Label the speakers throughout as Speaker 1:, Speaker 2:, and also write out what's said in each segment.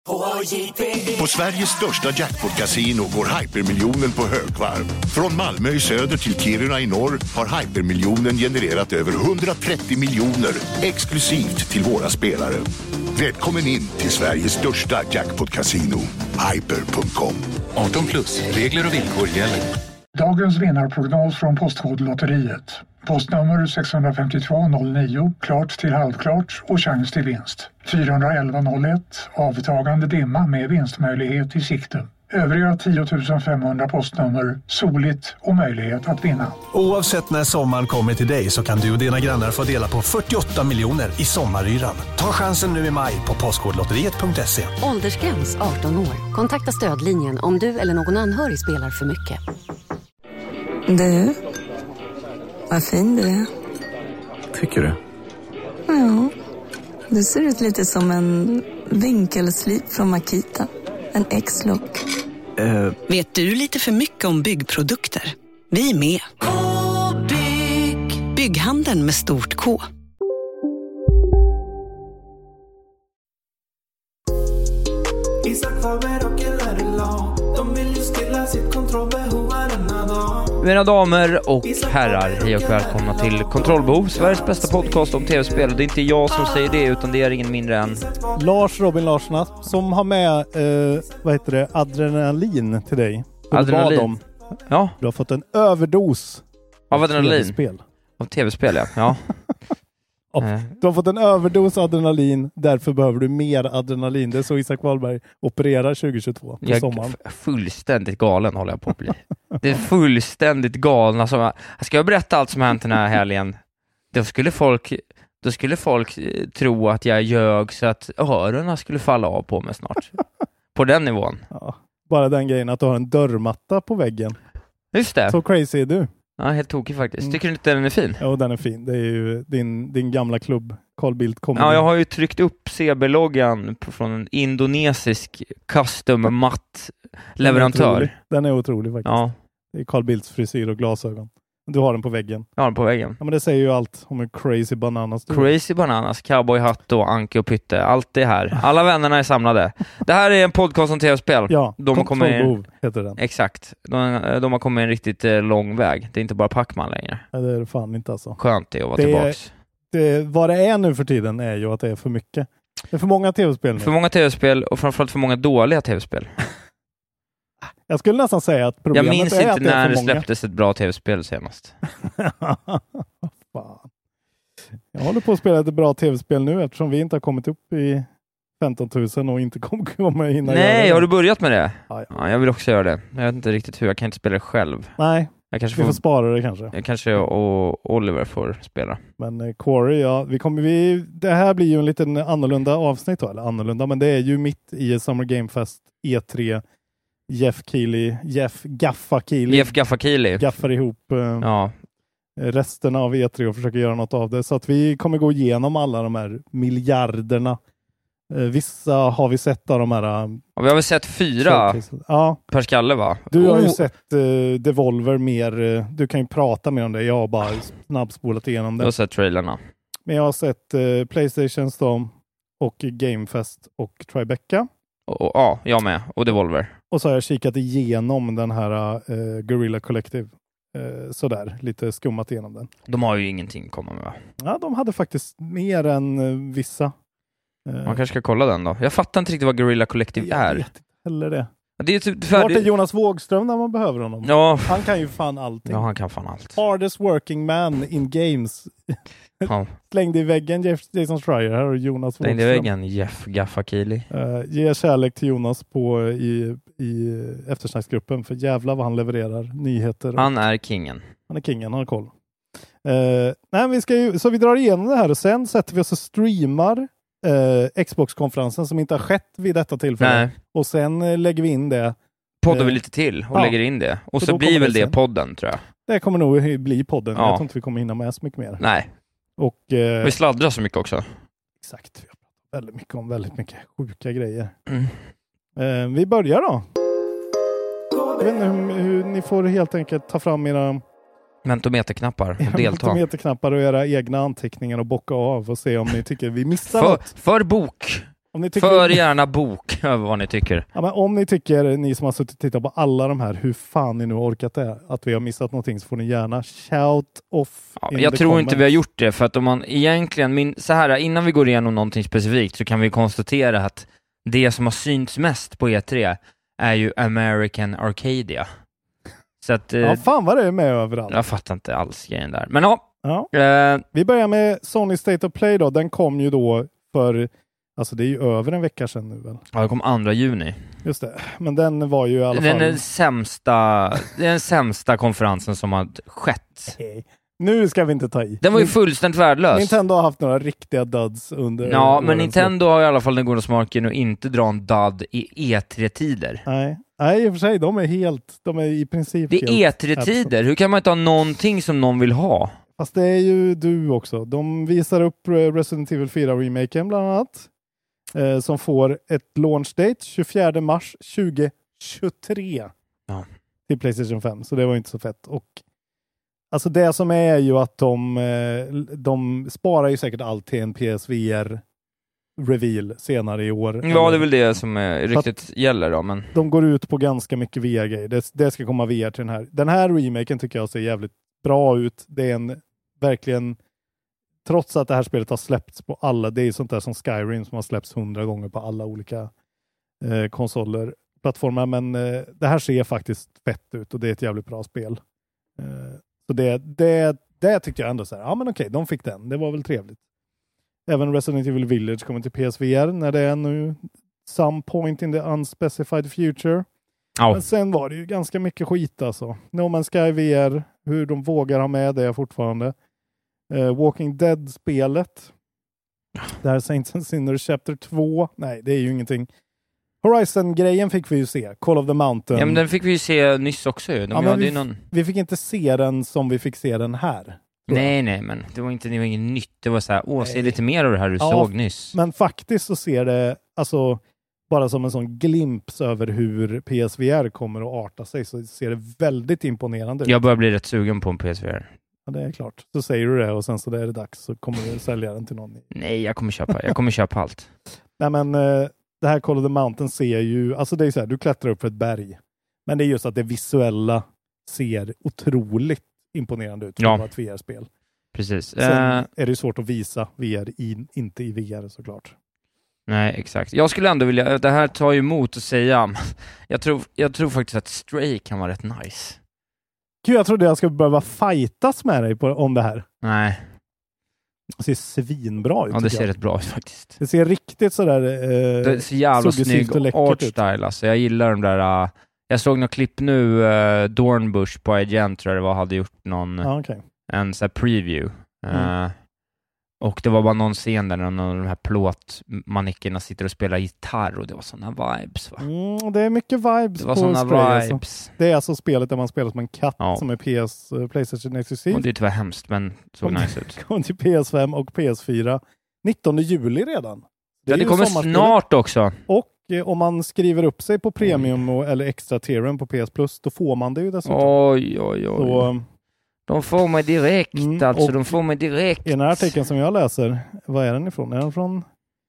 Speaker 1: På Sveriges största jackpot-casino går hypermiljonen på högvarv. Från Malmö i söder till Kiruna i norr har hypermiljonen genererat över 130 miljoner exklusivt till våra spelare. Välkommen in till Sveriges största jackpot-casino, hyper.com.
Speaker 2: 18 plus, regler och villkor gäller.
Speaker 3: Dagens vinnarprognos från Postkodlotteriet. Postnummer 65209, klart till halvklart och chans till vinst. 41101, avtagande dimma med vinstmöjlighet i sikte. Övriga 10 500 postnummer, soligt och möjlighet att vinna.
Speaker 4: Oavsett när sommaren kommer till dig så kan du och dina grannar få dela på 48 miljoner i sommaryran. Ta chansen nu i maj på postkodlotteriet.se.
Speaker 5: Åldersgräns 18 år. Kontakta stödlinjen om du eller någon anhörig spelar för mycket.
Speaker 6: Du, vad fin du är.
Speaker 4: Tycker du?
Speaker 6: Ja, du ser ut lite som en vinkelslip från Makita. En X-look.
Speaker 7: Vet du lite för mycket om byggprodukter? Vi är med. K-bygg. Bygghandeln med stort K.
Speaker 8: Mina damer och herrar, hej och välkomna till Kontrollbehov, Sveriges bästa podcast om tv-spel. Det är inte jag som säger det, utan det är ingen mindre än
Speaker 9: Lars Robin Larsson som har med adrenalin till dig.
Speaker 8: Adrenalin? Ja.
Speaker 9: Du har fått en överdos
Speaker 8: av adrenalin.
Speaker 9: TV-spel.
Speaker 8: Av tv-spel, ja.
Speaker 9: Du har fått en överdos adrenalin, därför behöver du mer adrenalin. Det är så Isak Wahlberg opererar 2022 på sommaren.
Speaker 8: Fullständigt galen håller jag på att bli. Det är fullständigt galna som ska jag berätta allt som hänt den här helgen. Då skulle folk tro att jag ljög så att öronen skulle falla av på mig snart. På den nivån.
Speaker 9: Ja, bara den grejen att du har en dörrmatta på väggen.
Speaker 8: Just det.
Speaker 9: Så crazy är du.
Speaker 8: Ja, helt tokig faktiskt. Tycker du inte den är fin?
Speaker 9: Ja, den är fin. Det är ju din gamla klubb, Carl Bildt kommer.
Speaker 8: Ja, jag har ju tryckt upp CB-loggan från en indonesisk custom matt-leverantör.
Speaker 9: Den är otrolig faktiskt.
Speaker 8: Ja.
Speaker 9: Det är Carl Bildts frisyr och glasögon. Du har den på väggen.
Speaker 8: Jag har den på väggen.
Speaker 9: Ja, men det säger ju allt om en crazy bananas.
Speaker 8: Crazy bananas, cowboyhatt och Anke och Pytte. Allt det här. Alla vännerna är samlade. Det här är en podcast om tv-spel.
Speaker 9: Ja, Kontrollbehov heter den.
Speaker 8: Exakt. De har kommit en riktigt lång väg. Det är inte bara Pac-Man längre.
Speaker 9: Nej, det är det fan inte alltså.
Speaker 8: Skönt det att vara tillbaks.
Speaker 9: Vad det är nu för tiden är ju att det är för mycket. Det är för många tv-spel nu.
Speaker 8: För många tv-spel och framförallt för många dåliga tv-spel.
Speaker 9: Jag skulle nästan säga att problemet är att det är för många.
Speaker 8: Jag minns inte när det släpptes ett bra tv-spel senast.
Speaker 9: Fan. Jag håller på att spela ett bra tv-spel nu eftersom vi inte har kommit upp i 15 000 och inte kommer hinna göra det.
Speaker 8: Nej, har du börjat med det?
Speaker 9: Ja.
Speaker 8: Ja, jag vill också göra det. Jag vet inte riktigt hur, jag kan inte spela det själv.
Speaker 9: Nej,
Speaker 8: vi
Speaker 9: får spara det kanske.
Speaker 8: Jag kanske och Oliver får spela.
Speaker 9: Men Quarry, ja, det här blir ju en liten annorlunda avsnitt då, eller annorlunda, men det är ju mitt i Summer Game Fest E3. Jeff Gaffa Keely gaffar ihop resten av E3 och försöker göra något av det. Så att vi kommer gå igenom alla de här miljarderna. Vissa har vi sett av de här...
Speaker 8: Ja, vi har väl sett 4 per skalle, va?
Speaker 9: Du har ju sett Devolver mer. Du kan ju prata mer om det. Jag har bara snabbspolat igenom det.
Speaker 8: Jag har sett trailerna.
Speaker 9: Men jag har sett PlayStation Storm och Gamefest och Tribeca.
Speaker 8: Ja, jag med. Och Devolver.
Speaker 9: Och så har jag kikat igenom den här Guerrilla Collective. Sådär, lite skummat igenom den.
Speaker 8: De har ju ingenting att komma med, va?
Speaker 9: Ja, de hade faktiskt mer än vissa.
Speaker 8: Man kanske ska kolla den då. Jag fattar inte riktigt vad Guerrilla Collective är.
Speaker 9: Jag vet inte heller det.
Speaker 8: Det är typ
Speaker 9: Vart är Jonas Wågström när man behöver honom?
Speaker 8: Ja.
Speaker 9: Han kan ju fan allting.
Speaker 8: Ja, han kan fan allt.
Speaker 9: Hardest working man in games.
Speaker 8: Ja.
Speaker 9: Slängde i väggen Jason Schreier. Här har Jonas Wågström.
Speaker 8: Slängde i väggen Jeff Gaffa Keely.
Speaker 9: Ge kärlek till Jonas i eftersnacksgruppen. För jävla vad han levererar nyheter.
Speaker 8: Han är kingen.
Speaker 9: Han är kingen, han har koll. Så vi drar igenom det här och sen sätter vi oss och streamar Xbox-konferensen som inte har skett vid detta tillfälle.
Speaker 8: Nej.
Speaker 9: Och sen lägger vi in det.
Speaker 8: Poddar vi lite till och lägger in det. Och så blir väl det podden, tror jag.
Speaker 9: Det kommer nog bli podden.
Speaker 8: Ja.
Speaker 9: Jag tror inte vi kommer hinna med så mycket mer.
Speaker 8: Nej.
Speaker 9: Och,
Speaker 8: vi sladdrar så mycket också.
Speaker 9: Exakt. Vi har pratat väldigt mycket om väldigt mycket sjuka grejer. Vi börjar då. Jag vet inte hur ni får helt enkelt ta fram era
Speaker 8: mentometerknappar och delta.
Speaker 9: Mentometerknappar och era egna anteckningar och bocka av och se om ni tycker vi missar något.
Speaker 8: För bok.
Speaker 9: Om ni tycker...
Speaker 8: För gärna bok över vad ni tycker.
Speaker 9: Ja, men om ni tycker, ni som har suttit och tittat på alla de här, hur fan ni nu orkat det, att vi har missat någonting, så får ni gärna shout off.
Speaker 8: Jag tror inte vi har gjort det, för att om man egentligen, så här, innan vi går igenom någonting specifikt så kan vi konstatera att det som har synts mest på E3 är ju American Arcadia. Så att,
Speaker 9: ja, fan vad det är med överallt.
Speaker 8: Jag fattar inte alls grejen där. Men ja.
Speaker 9: Vi börjar med Sony State of Play då. Den kom ju då för, alltså det är ju över en vecka sedan nu väl?
Speaker 8: Ja, det kom 2 juni.
Speaker 9: Just det. Men den var ju i alla fall...
Speaker 8: Den sämsta konferensen som har skett.
Speaker 9: Hey. Nu ska vi inte ta i.
Speaker 8: Den var ju fullständigt värdelös.
Speaker 9: Nintendo har haft några riktiga duds under...
Speaker 8: Ja, men Nintendo har i alla fall den goda smaken att inte dra en dud i E3-tider.
Speaker 9: Nej, i och för sig, de är i princip...
Speaker 8: Det är E3-tider. Hur kan man inte ha någonting som någon vill ha?
Speaker 9: Fast det är ju du också. De visar upp Resident Evil 4-remaken bland annat. Som får ett launch date 24 mars 2023.
Speaker 8: Ja.
Speaker 9: Till PlayStation 5. Så det var inte så fett. Och alltså det som är ju att de sparar ju säkert allt till en PSVR reveal senare i år.
Speaker 8: Ja, det är väl det som riktigt gäller då. Men...
Speaker 9: De går ut på ganska mycket VR-grejer. Det ska komma VR till den här. Den här remaken tycker jag ser jävligt bra ut. Det är en verkligen, trots att det här spelet har släppts på alla, det är sånt där som Skyrim som har släppts 100 gånger på alla olika konsoler, plattformar, men det här ser faktiskt fett ut och det är ett jävligt bra spel. Så det tyckte jag ändå så här, ja men okej, de fick den. Det var väl trevligt. Även Resident Evil Village kommer till PSVR när det är nu some point in the unspecified future.
Speaker 8: Oh.
Speaker 9: Men sen var det ju ganska mycket skit alltså. No Man's Sky VR, hur de vågar ha med det fortfarande. Walking Dead-spelet. Det här Saints and Sinners Chapter 2. Nej, det är ju ingenting. Horizon-grejen fick vi ju se. Call of the Mountain.
Speaker 8: Ja, men den fick vi ju se nyss också ju.
Speaker 9: Vi fick inte se den som vi fick se den här.
Speaker 8: Nej, men det var inget nytt. Det var så här, se lite mer av det här du såg nyss.
Speaker 9: Men faktiskt så ser det, alltså bara som en sån glimt över hur PSVR kommer att arta sig, så ser det väldigt imponerande ut.
Speaker 8: Jag börjar bli rätt sugen på en PSVR.
Speaker 9: Ja, det är klart. Så säger du det och sen så är det dags så kommer du sälja den till någon.
Speaker 8: Nej, jag kommer köpa allt.
Speaker 9: Nej, men det här Call of the Mountain ser ju, alltså det är så här, du klättrar upp för ett berg. Men det är just att det visuella ser otroligt imponerande ut för ett VR-spel.
Speaker 8: Precis.
Speaker 9: Sen är det svårt att visa VR inte i VR såklart.
Speaker 8: Nej, exakt. Jag skulle ändå vilja, det här tar ju emot att säga, jag tror faktiskt att Stray kan vara rätt nice.
Speaker 9: Gud, jag trodde jag skulle behöva fightas med dig om det här.
Speaker 8: Nej.
Speaker 9: Det ser svinbra ut.
Speaker 8: Ja, det ser rätt bra ut faktiskt.
Speaker 9: Det ser riktigt sådär
Speaker 8: det är så jävla snygg artstyle. Alltså, jag gillar de där... jag såg något klipp nu, Dornbush på IGN tror jag det var, hade gjort någon en så här preview. Och det var bara någon scen där någon av de här plåtmanickerna sitter och spelar gitarr och det var sådana vibes, va?
Speaker 9: Det är mycket vibes.
Speaker 8: Det var sådana vibes. Alltså.
Speaker 9: Det är alltså spelet där man spelar som en katt som är PlayStation exklusiv.
Speaker 8: Och det är tyvärr hemskt, men såg nice ut.
Speaker 9: Kom till PS5 och PS4 19 juli redan.
Speaker 8: Det kommer snart också.
Speaker 9: Och om man skriver upp sig på premium eller extra tieren på PS Plus, då får man det ju dessutom.
Speaker 8: Oj. Så, de får mig direkt, de får mig direkt.
Speaker 9: I den här artikeln som jag läser, vad är den ifrån? Är den från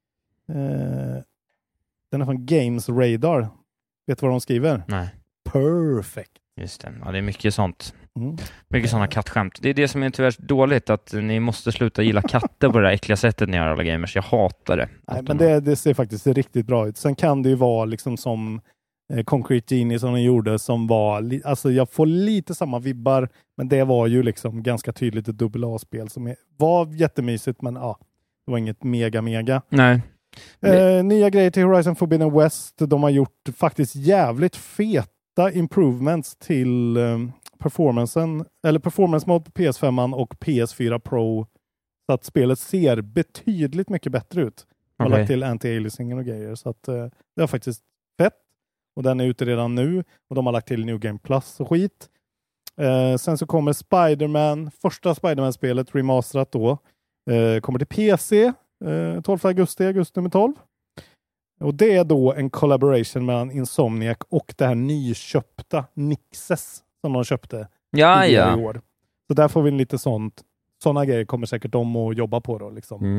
Speaker 9: den är från Games Radar. Vet du vad de skriver?
Speaker 8: Nej.
Speaker 9: Perfect.
Speaker 8: Just det, ja, det är mycket sånt. Mycket sådana kattskämt. Det är det som är tyvärr dåligt, att ni måste sluta gilla katter på det där äckliga sättet ni gör alla gamers. Jag hatar det.
Speaker 9: Nej, men det ser faktiskt riktigt bra ut. Sen kan det ju vara liksom som Concrete Genie som de gjorde, som var, alltså jag får lite samma vibbar, men det var ju liksom ganska tydligt ett dubbel A-spel som var jättemysigt, men det var inget mega.
Speaker 8: Nej.
Speaker 9: Nya grejer till Horizon Forbidden West. De har gjort faktiskt jävligt feta improvements till performance mode på PS5 och PS4 Pro, så att spelet ser betydligt mycket bättre ut. De har lagt till anti-aliasing och grejer, så att det är faktiskt fett. Och den är ute redan nu. Och de har lagt till New Game Plus och skit. Sen så kommer Spider-Man. Första Spider-Man-spelet remasterat då. Kommer till PC. 12 augusti nummer 12. Och det är då en collaboration mellan Insomniac och det här nyköpta Nixes som de köpte i år. Så där får vi en lite sådana grejer kommer säkert de att jobba på då liksom.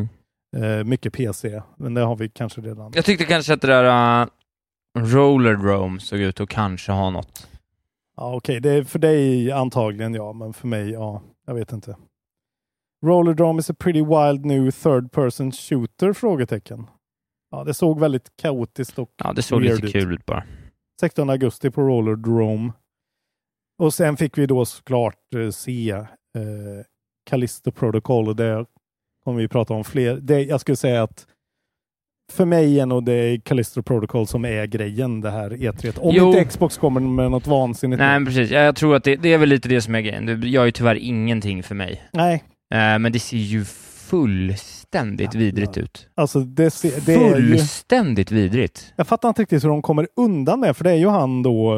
Speaker 9: Mycket PC, men det har vi kanske redan.
Speaker 8: Jag tyckte kanske att det där Rollerdrome såg ut att kanske ha något.
Speaker 9: Ja, okej. Det är för dig antagligen, ja. Men för mig, ja. Jag vet inte. Rollerdrome is a pretty wild new third-person shooter? Frågetecken. Ja, det såg väldigt kaotiskt och
Speaker 8: ja, det såg lite kul ut bara.
Speaker 9: 16 augusti på Rollerdrome. Och sen fick vi då såklart se Callisto Protocol, och det kommer vi prata om fler. Jag skulle säga att för mig är nog det Callisto Protocol som är grejen, det här E3. Om inte Xbox kommer med något vansinnigt.
Speaker 8: Nej, men precis. Jag tror att det är väl lite det som är grejen. Det gör ju tyvärr ingenting för mig.
Speaker 9: Nej.
Speaker 8: Men det ser ju fullständigt vidrigt ut.
Speaker 9: Alltså det
Speaker 8: fullständigt vidrigt.
Speaker 9: Jag fattar inte riktigt hur de kommer undan med, för det är ju han då,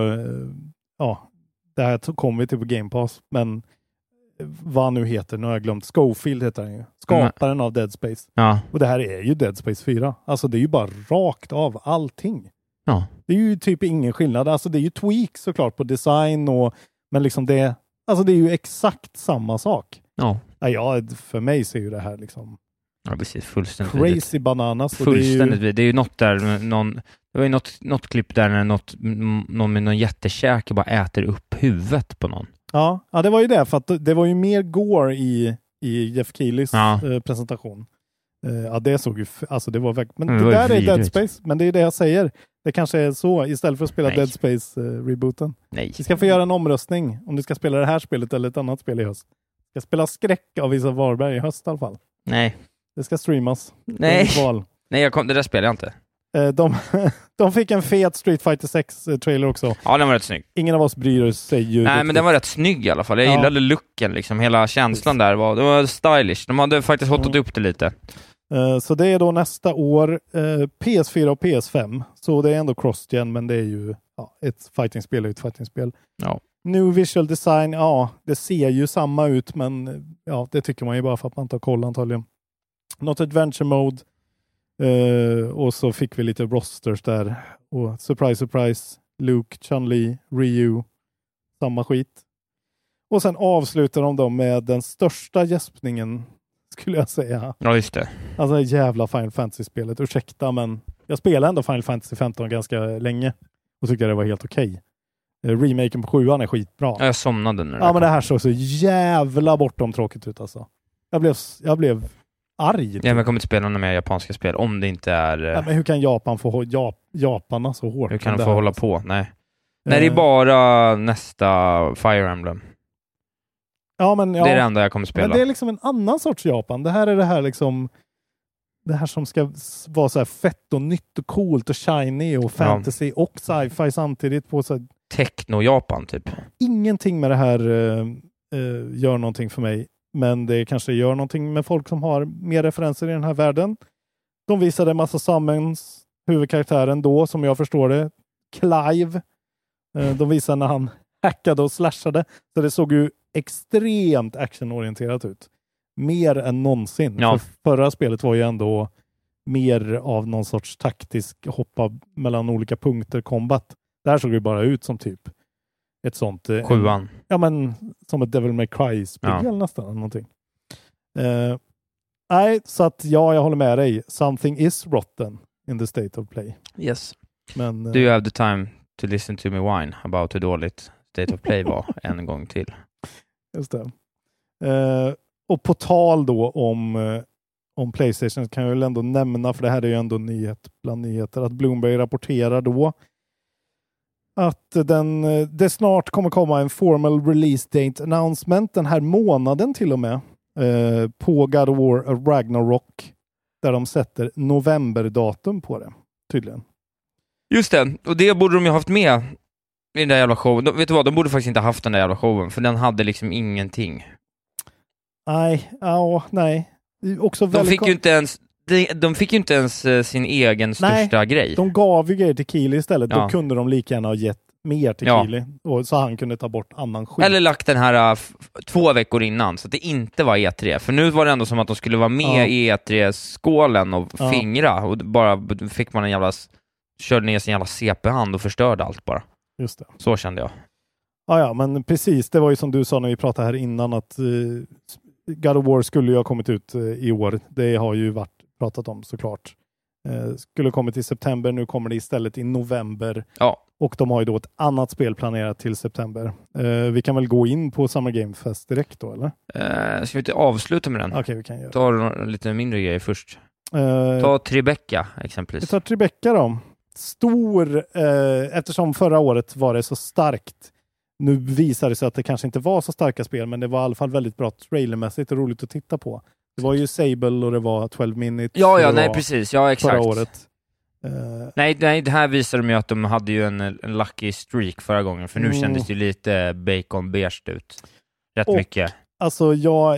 Speaker 9: det här kommer vi till på Game Pass, men vad han nu heter, nu har jag glömt. Schofield heter han ju. Skaparen av Dead Space.
Speaker 8: Ja.
Speaker 9: Och det här är ju Dead Space 4. Alltså det är ju bara rakt av allting.
Speaker 8: Ja.
Speaker 9: Det är ju typ ingen skillnad. Alltså det är ju tweaks såklart på design men liksom det är ju exakt samma sak.
Speaker 8: Ja.
Speaker 9: Ja, för mig ser ju det här liksom
Speaker 8: precis, fullständigt
Speaker 9: crazy
Speaker 8: vidrigt.
Speaker 9: bananas.
Speaker 8: Fullständigt. Det är ju något där, det var ju något klipp där när någon med någon jättekäke bara äter upp huvudet på någon.
Speaker 9: Ja, det var ju det, för att det var ju mer gore i Jeff Keelys presentation. Ja, det såg ju, alltså det var verkligen, men det där är Dead Space, men det är det jag säger. Det kanske är så, istället för att spela Dead Space-rebooten.
Speaker 8: Nej.
Speaker 9: Vi ska få göra en omröstning om du ska spela det här spelet eller ett annat spel i höst. Jag ska spela Skräck av Isa Warberg i höst i alla fall.
Speaker 8: Nej.
Speaker 9: Det ska streamas.
Speaker 8: Nej. Nej, det där spelar jag inte.
Speaker 9: De fick en fet Street Fighter 6-trailer också.
Speaker 8: Ja, den var rätt snygg.
Speaker 9: Ingen av oss bryr sig ju.
Speaker 8: Nej, men den var rätt snygg i alla fall. Jag gillade looken, liksom. Hela känslan där det var stylish. De hade faktiskt hotat upp det lite.
Speaker 9: Så det är då nästa år PS4 och PS5. Så det är ändå cross-gen, men det är ju ett fighting-spel och ett fighting-spel.
Speaker 8: Ja.
Speaker 9: New visual design, det ser ju samma ut, men det tycker man ju bara för att man inte har koll antagligen. Not adventure mode. Och så fick vi lite rosters där. Och surprise, Luke, Chun-Li, Ryu. Samma skit. Och sen avslutar de då med den största gäspningen, skulle jag säga.
Speaker 8: Ja, just det.
Speaker 9: Alltså det jävla Final Fantasy-spelet. Ursäkta, men jag spelade ändå Final Fantasy 15 ganska länge. Och tyckte det var helt okej. Remaken på 7an är skitbra.
Speaker 8: Jag somnade nu.
Speaker 9: Ja, men det här såg så jävla bortom tråkigt ut alltså. Jag blev arg.
Speaker 8: Ja, men jag kommer inte spela några mer japanska spel om det inte är...
Speaker 9: men hur kan Japan få Japarna så hårt?
Speaker 8: Hur kan de få hålla på? Nej. Nej, det är bara nästa Fire Emblem.
Speaker 9: Ja, men
Speaker 8: det är det enda jag kommer spela.
Speaker 9: Men det är liksom en annan sorts Japan. Det här är det här liksom... Det här som ska vara så här fett och nytt och coolt och shiny och fantasy och sci-fi samtidigt på så här...
Speaker 8: Techno-Japan typ.
Speaker 9: Ingenting med det här gör någonting för mig. Men det kanske gör någonting med folk som har mer referenser i den här världen. De visade en massa summons, huvudkaraktären då, som jag förstår det, Clive. De visade när han hackade och slashade. Så det såg ju extremt actionorienterat ut. Mer än någonsin.
Speaker 8: Ja.
Speaker 9: För förra spelet var ju ändå mer av någon sorts taktisk hoppa mellan olika punkter combat. Där såg det bara ut som typ ett sånt...
Speaker 8: 7an.
Speaker 9: Ja, men som ett Devil May Cry-spel nästan. Någonting. Nej, så att jag håller med dig. Something is rotten in the state of play.
Speaker 8: Yes.
Speaker 9: Men,
Speaker 8: Do you have the time to listen to me whine about hur dåligt state of play var en gång till?
Speaker 9: Just det. Och på tal då om PlayStation kan jag väl ändå nämna, för det här är ju ändå nyhet bland nyheter, att Bloomberg rapporterar då att det snart kommer komma en formal release date announcement den här månaden till och med på God of War Ragnarok, där de sätter novemberdatum på det, tydligen.
Speaker 8: Just det, och det borde de ju haft med i den där jävla showen. Vet du vad, de borde faktiskt inte haft den där jävla showen, för den hade liksom ingenting.
Speaker 9: Nej. Också
Speaker 8: de fick ju inte ens sin egen största grej.
Speaker 9: De gav ju grejer till Keely istället.
Speaker 8: Ja.
Speaker 9: Då kunde de lika gärna ha gett mer till Keely. Och så han kunde ta bort annan skit.
Speaker 8: Eller lagt den här 2 veckor innan, så att det inte var E3. För nu var det ändå som att de skulle vara med i E3-skålen och fingra. Och bara fick man körde ner sin jävla CP-hand och förstörde allt bara.
Speaker 9: Just det.
Speaker 8: Så kände jag.
Speaker 9: Ja, men precis. Det var ju som du sa när vi pratade här innan, att God of War skulle ju ha kommit ut i år. Det har ju varit pratat om såklart. Skulle kommit i september, nu kommer det istället i november.
Speaker 8: Ja.
Speaker 9: Och de har ju då ett annat spel planerat till september. Vi kan väl gå in på Summer Game Fest direkt då, eller?
Speaker 8: Ska vi inte avsluta med den?
Speaker 9: Okej, vi kan göra det.
Speaker 8: Ta lite mindre grejer först. Ta Tribeca exempelvis.
Speaker 9: Vi tar Tribeca då. Stor, eftersom förra året var det så starkt. Nu visar det sig att det kanske inte var så starka spel, men det var i alla fall väldigt bra trailermässigt och roligt att titta på. Det var ju Sable och det var 12 Minutes.
Speaker 8: Ja, nej precis. Ja, exakt.
Speaker 9: Förra året.
Speaker 8: Nej, det här visar de ju att de hade ju en lucky streak förra gången, för nu kändes det lite bacon-beige ut. Rätt mycket.
Speaker 9: Alltså,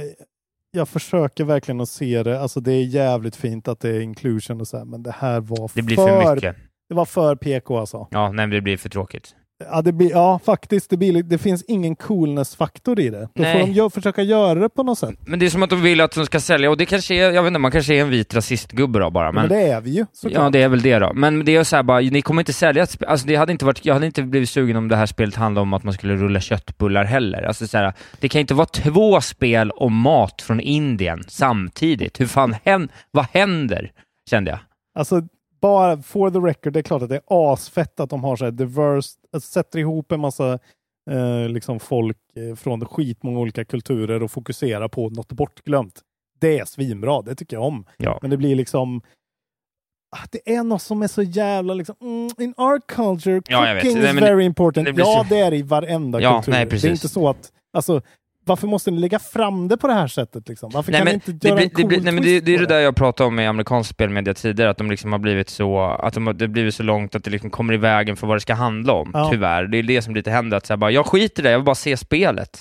Speaker 9: jag försöker verkligen att se det. Alltså, det är jävligt fint att det är inclusion och så här, men det här var
Speaker 8: det blir för mycket.
Speaker 9: Det var för PK alltså.
Speaker 8: Ja, nej, det blir för tråkigt.
Speaker 9: Ja, faktiskt. Det finns ingen coolness-faktor i det. Då får de försöka göra det på något sätt.
Speaker 8: Men det är som att de vill att de ska sälja, och det kanske är, jag vet inte, man kanske är en vit rasistgubbe då bara.
Speaker 9: Men det är vi ju, såklart.
Speaker 8: Ja, det är väl det då. Men det är så här bara, ni kommer inte sälja alltså jag hade inte blivit sugen om det här spelet handlade om att man skulle rulla köttbullar heller. Alltså så här, det kan inte vara 2 spel om mat från Indien samtidigt. Hur fan vad händer, kände jag.
Speaker 9: Alltså, bara for the record, det är klart att det är asfett att de har så här diverse, sätter ihop en massa liksom folk från skitmånga olika kulturer och fokuserar på något bortglömt. Det är svinbra, det tycker jag om.
Speaker 8: Ja.
Speaker 9: Men det blir liksom det är något som är så jävla liksom, in our culture, cooking is very important. Det är i varenda kultur.
Speaker 8: Nej,
Speaker 9: det är inte så att, alltså, varför måste ni lägga fram det på det här sättet liksom? Varför kan ni inte göra en cool twist?
Speaker 8: Men det är det där jag pratade om med amerikansk spelmedia tidigare, att de liksom har blivit så, att det blivit så långt att det liksom kommer i vägen för vad det ska handla om, tyvärr. Det är det som lite händer, att så här bara, jag skiter i det, jag vill bara se spelet.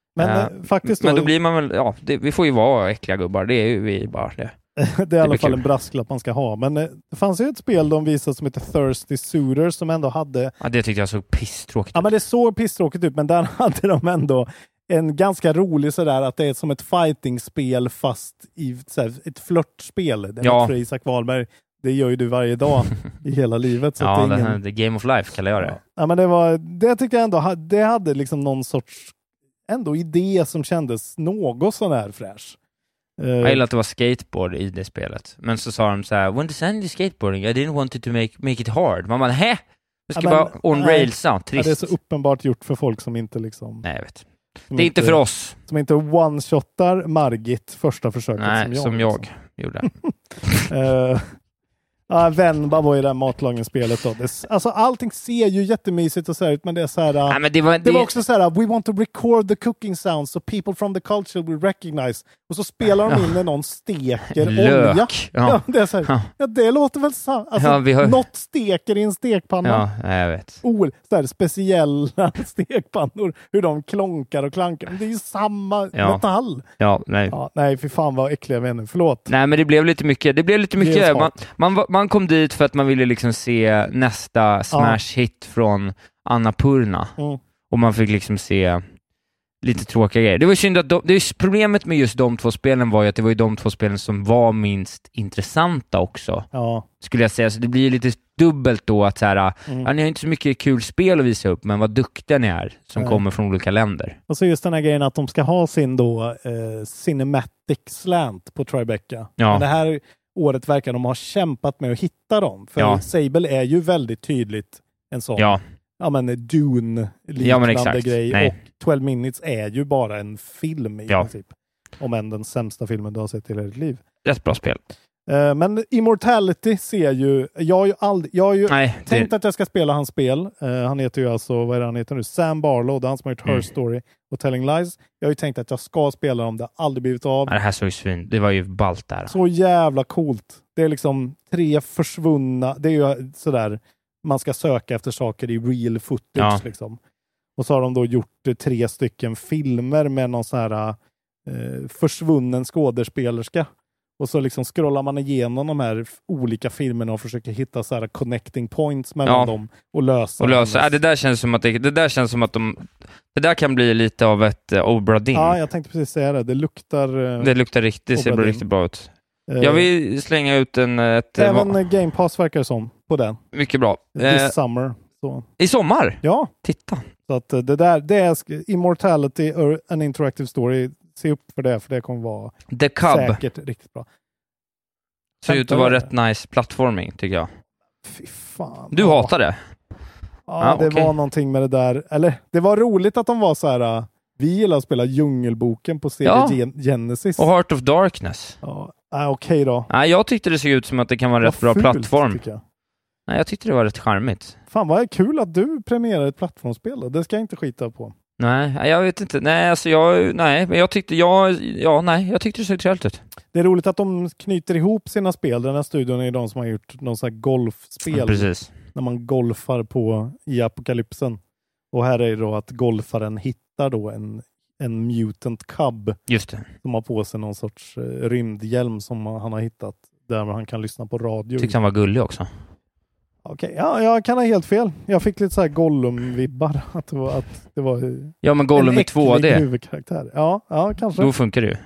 Speaker 9: Men faktiskt
Speaker 8: men då blir man väl, vi får ju vara äckliga gubbar, det är ju vi bara det.
Speaker 9: Det är i alla fall en brasklapp man ska ha. Men det fanns ju ett spel de visade som heter Thirsty Suitors som ändå hade...
Speaker 8: Ja, det tyckte jag såg pisstråkigt ut.
Speaker 9: Ja, men det såg pisstråkigt ut, men där hade de ändå en ganska rolig sådär, att det är som ett fighting-spel fast i såhär, ett flörtspel. Det är för Isak Wahlberg. Det gör ju du varje dag i hela livet. Så
Speaker 8: ja, det är Game of Life kallar jag det.
Speaker 9: Ja, men det tyckte jag ändå, det hade liksom någon sorts ändå idé som kändes något sån här fräsch.
Speaker 8: Jag gillar att det var skateboard i det spelet. Men så sa de så här: when designed the skateboarding, I didn't want it to make it hard. Man bara, det ska bara on-railsa. Trist.
Speaker 9: Det är så uppenbart gjort för folk som inte liksom...
Speaker 8: Nej, jag vet. Det är inte för oss.
Speaker 9: Som inte one-shotar Margit första försöket.
Speaker 8: Nej, som jag gjorde.
Speaker 9: Venba var ju det här matlagningsspelet då. Alltså allting ser ju jättemysigt och så här ut, men det är så här...
Speaker 8: Nej, men det var också
Speaker 9: så här: we want to record the cooking sounds so people from the culture will recognize. Och så spelar de in när någon steker
Speaker 8: lök.
Speaker 9: Olja. Ja, det är så här, det låter väl så. Alltså, något steker i en stekpanna.
Speaker 8: Ja, jag vet.
Speaker 9: Så här speciella stekpannor, hur de klonkar och klankar. Det är ju samma metall.
Speaker 8: Ja, nej.
Speaker 9: Nej, för fan vad äckliga vänner. Förlåt.
Speaker 8: Nej, men det blev lite mycket. Man kom dit för att man ville liksom se nästa smash-hit från Annapurna. Och man fick liksom se lite tråkiga grejer. Det var synd att problemet med just de 2 spelen var ju att det var ju de 2 spelen som var minst intressanta också.
Speaker 9: Ja.
Speaker 8: Skulle jag säga. Så det blir lite dubbelt då att så här, ni har inte så mycket kul spel att visa upp, men vad duktiga ni är som kommer från olika länder.
Speaker 9: Och så just den här grejen att de ska ha sin då cinematic slant på Tribeca.
Speaker 8: Ja.
Speaker 9: Men det här året verkar de ha kämpat med att hitta dem. För Sable är ju väldigt tydligt en sån Dune-liknande grej. Nej. Och 12 Minutes är ju bara en film i princip. Om än den sämsta filmen du har sett i hela ditt liv.
Speaker 8: Rätt bra spel.
Speaker 9: Men Immortality ser ju... Jag har ju tänkt att jag ska spela hans spel. Han heter ju alltså, vad är det han heter nu? Sam Barlow, det är han som har gjort Her Story och Telling Lies. Jag har ju tänkt att jag ska spela dem, det har aldrig blivit av.
Speaker 8: Det här såg ju svin. Det var ju ballt där.
Speaker 9: Så jävla coolt. Det är liksom 3 försvunna... Det är ju sådär, man ska söka efter saker i real footage liksom. Och så har de då gjort 3 stycken filmer med någon sån här försvunnen skådespelerska. Och så liksom scrollar man igenom de här olika filmerna och försöker hitta så här connecting points mellan dem och lösa.
Speaker 8: Det där känns som att det där kan bli lite av ett Obra Dinn.
Speaker 9: Ja, jag tänkte precis säga det. Det luktar
Speaker 8: riktigt, det ser riktigt bra ut. Jag vill slänga ut
Speaker 9: även Game Pass verkar det som på den.
Speaker 8: Mycket bra.
Speaker 9: This summer. Så.
Speaker 8: I sommar?
Speaker 9: Ja.
Speaker 8: Titta.
Speaker 9: Så att det är Immortality or an Interactive Story. Se upp för det kommer vara
Speaker 8: The Cub.
Speaker 9: Säkert riktigt bra.
Speaker 8: Ser ut att vara rätt nice plattforming, tycker jag.
Speaker 9: Fy fan.
Speaker 8: Du hatar det?
Speaker 9: Ja, det var någonting med det där. Eller, det var roligt att de var så här... Vi gillar att spela Djungelboken på Sega Genesis.
Speaker 8: Och Heart of Darkness.
Speaker 9: Ja, okej då.
Speaker 8: Nej, jag tyckte det såg ut som att det kan vara rätt bra plattform. Nej, jag tyckte det var rätt charmigt.
Speaker 9: Fan, vad kul att du premierar ett plattformsspel då. Det ska jag inte skita på.
Speaker 8: Nej, jag vet inte. Nej, alltså men jag tyckte jag tyckte det såg trevligt ut.
Speaker 9: Det är roligt att de knyter ihop sina spel. Den här studion är de som har gjort någon sån här golfspel.
Speaker 8: Ja, precis.
Speaker 9: När man golfar i apokalypsen. Och här är det då att golfaren hittar då en mutant cub.
Speaker 8: Just det.
Speaker 9: Som har på sig någon sorts rymdhjälm som han har hittat. Där han kan lyssna på radio.
Speaker 8: Tyckte han var gullig också.
Speaker 9: Okej, ja, jag kan ha helt fel. Jag fick lite så här Gollum-vibbar. Att det var
Speaker 8: ja, men Gollum i 2D.
Speaker 9: Huvudkaraktär. Ja, kanske.
Speaker 8: Då funkar det ju.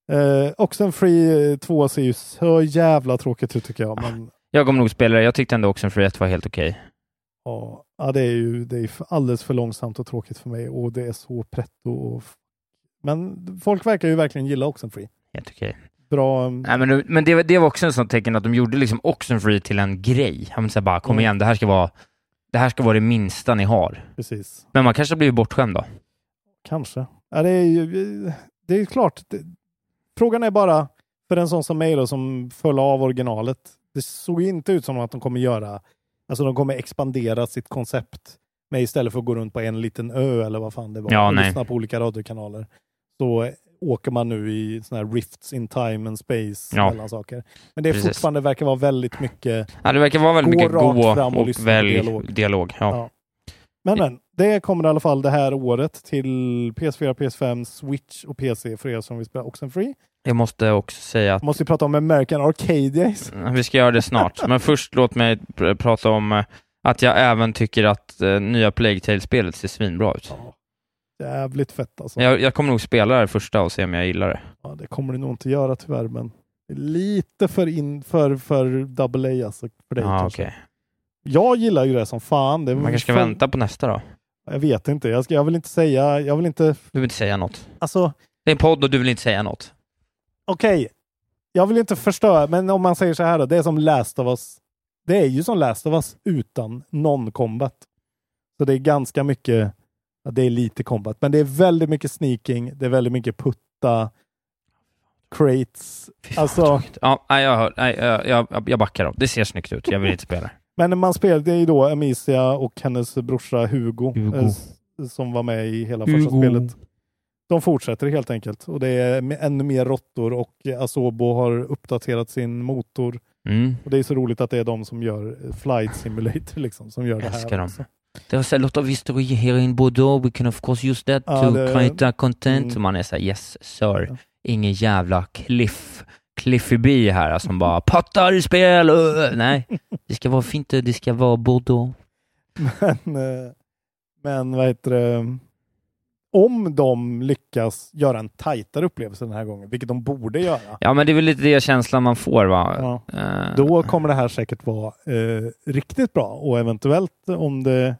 Speaker 9: Oxenfree 2 ser ju så jävla tråkigt ut, tycker jag. Men...
Speaker 8: Jag kommer nog spela det. Jag tyckte ändå Oxenfree 1 var helt okej.
Speaker 9: Ja, det är alldeles för långsamt och tråkigt för mig. Och det är så pretto. Men folk verkar ju verkligen gilla Oxenfree.
Speaker 8: Helt okej.
Speaker 9: Bra.
Speaker 8: Nej, men det var också en sån tecken att de gjorde liksom Oxenfree till en grej. Jag menar, bara, kom igen, det här ska vara det minsta ni har.
Speaker 9: Precis.
Speaker 8: Men man kanske blir bortskämd då.
Speaker 9: Kanske. Ja, det är klart. Frågan är bara, för en sån som mig då, som föll av originalet. Det såg inte ut som att de kommer göra... Alltså de kommer expandera sitt koncept. Men istället för att gå runt på en liten ö eller vad fan det var. Och lyssna på olika radiokanaler. Så åker man nu i såna här rifts in time and space mellan saker. Men det är fortfarande verkar vara väldigt mycket...
Speaker 8: Ja, det verkar vara väldigt mycket gå
Speaker 9: fram och
Speaker 8: välj dialog. Ja.
Speaker 9: Men det kommer i alla fall det här året till PS4, PS5, Switch och PC för er som vill spela Oxenfree.
Speaker 8: Jag måste också säga att...
Speaker 9: Måste vi prata om American Arcade Days?
Speaker 8: Vi ska göra det snart. Men först låt mig prata om att jag även tycker att nya Plague Tale-spelet ser svinbra ut. Ja.
Speaker 9: Jävligt fett alltså.
Speaker 8: Jag kommer nog spela det första och se om jag gillar det.
Speaker 9: Ja, det kommer du nog inte göra tyvärr, men lite för double A alltså, för dig kanske.
Speaker 8: Okay.
Speaker 9: Jag gillar ju det som fan.
Speaker 8: Man kanske ska vänta på nästa då?
Speaker 9: Jag vet inte. Jag vill inte säga... Du vill
Speaker 8: inte säga något?
Speaker 9: Alltså...
Speaker 8: Det är en podd och du vill inte säga något.
Speaker 9: Okej. Jag vill inte förstöra, men om man säger så här då. Det är som Last of Us. Det är ju som Last of Us utan non-combat. Så det är ganska mycket... Ja, det är lite combat. Men det är väldigt mycket sneaking. Det är väldigt mycket putta. Crates. Alltså...
Speaker 8: Ja, jag backar av. Det ser snyggt ut. Jag vill inte spela.
Speaker 9: Men man spelar, det är ju då Amicia och hennes brorsa Hugo. Som var med i hela första spelet. De fortsätter helt enkelt. Och det är ännu mer råttor och Asobo har uppdaterat sin motor. Och det är så roligt att det är de som gör Flight Simulator liksom, som gör det här. Alltså.
Speaker 8: There's a lot of history here in Bordeaux. We can of course use that to create content. Man är så här, yes sir. Ja. Ingen jävla Cliffy B här som bara pattar i spel. Nej, det ska vara fint. Det ska vara Bordeaux.
Speaker 9: Men vad heter det? Om de lyckas göra en tajtare upplevelse den här gången, vilket de borde göra.
Speaker 8: Ja, men det är väl lite det känslan man får, va?
Speaker 9: Ja. Då kommer det här säkert vara riktigt bra. Och eventuellt om det...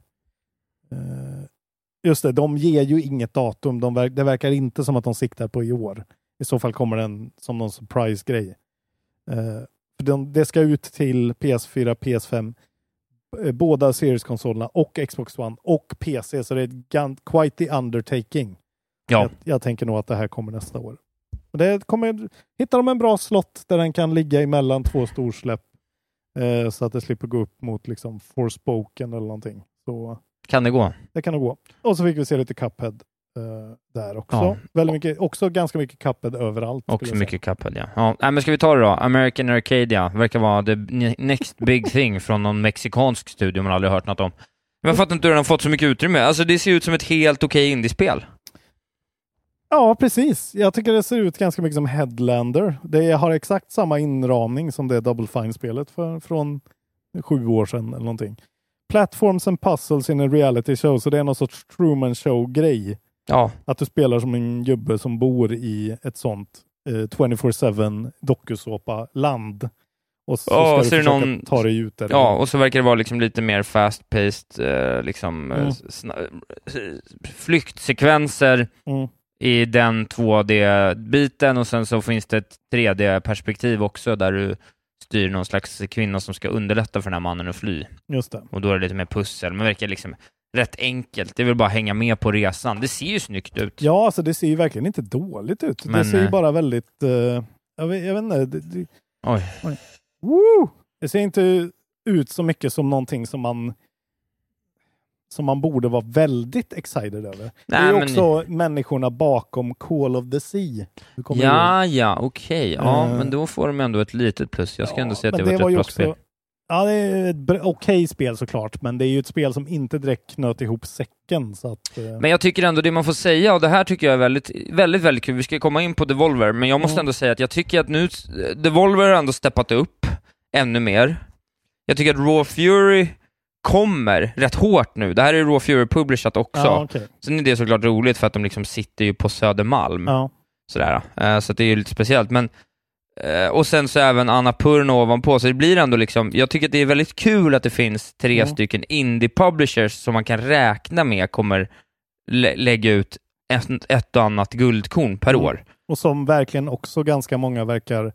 Speaker 9: just det, de ger ju inget datum. Det verkar inte som att de siktar på i år. I så fall kommer den som någon surprise-grej. För det ska ut till PS4, PS5, båda Series-konsolerna och Xbox One och PC, så det är quite the undertaking.
Speaker 8: Ja.
Speaker 9: Jag tänker nog att det här kommer nästa år. Hittar de en bra slott där den kan ligga emellan två storsläpp så att det slipper gå upp mot liksom Forspoken eller någonting. Så
Speaker 8: kan det gå?
Speaker 9: Det kan det gå. Och så fick vi se lite Cuphead där också. Ja. Väldigt mycket, också ganska mycket Cuphead överallt.
Speaker 8: Också mycket Cuphead, ja. Men ska vi ta det då? American Arcadia verkar vara the next big thing från någon mexikansk studio man aldrig hört något om. Men jag fattar inte hur den har fått så mycket utrymme. Alltså det ser ut som ett helt okej indiespel.
Speaker 9: Ja, precis. Jag tycker det ser ut ganska mycket som Headlander. Det har exakt samma inramning som det Double Fine-spelet från 7 år sedan eller någonting. Platforms and puzzles in a reality show, så det är någon sorts Truman Show-grej.
Speaker 8: Ja.
Speaker 9: Att du spelar som en gubbe som bor i ett sånt 24/7 dokusåpa-land. Och så ska du försöka ta dig ut där.
Speaker 8: Ja, och så verkar det vara liksom lite mer fast-paced flyktsekvenser i den 2D-biten, och sen så finns det ett 3D-perspektiv också där du styr någon slags kvinna som ska underlätta för den här mannen att fly.
Speaker 9: Just det.
Speaker 8: Och då är det lite mer pussel, men verkar liksom rätt enkelt. Det vill bara hänga med på resan. Det ser ju snyggt ut.
Speaker 9: Ja, alltså det ser ju verkligen inte dåligt ut. Men, det ser ju bara väldigt... jag vet inte.
Speaker 8: Oj.
Speaker 9: Woo! Det ser inte ut så mycket som någonting som man borde vara väldigt excited över. Nej, det är också människorna bakom Call of the Sea.
Speaker 8: Okej. Ja, men då får de ändå ett litet plus. Jag ska ändå säga att det var ett bra spel.
Speaker 9: Ja, det är ett okej spel såklart, men det är ju ett spel som inte direkt knöt ihop säcken. Så att,
Speaker 8: Men jag tycker ändå det man får säga, och det här tycker jag är väldigt, väldigt, väldigt kul. Vi ska komma in på Devolver, men jag måste ändå säga att jag tycker att nu Devolver har ändå steppat upp ännu mer. Jag tycker att Raw Fury kommer rätt hårt nu. Det här är Raw Fury publishat också.
Speaker 9: Ja, okay.
Speaker 8: Sen är det såklart roligt för att de liksom sitter ju på Södermalm.
Speaker 9: Ja.
Speaker 8: Sådär. Så det är ju lite speciellt. Men, och sen så även Annapurna ovanpå. Så det blir ändå liksom... Jag tycker att det är väldigt kul att det finns 3 stycken indie-publishers som man kan räkna med kommer lägga ut ett och annat guldkorn per år. Och
Speaker 9: som verkligen också ganska många verkar...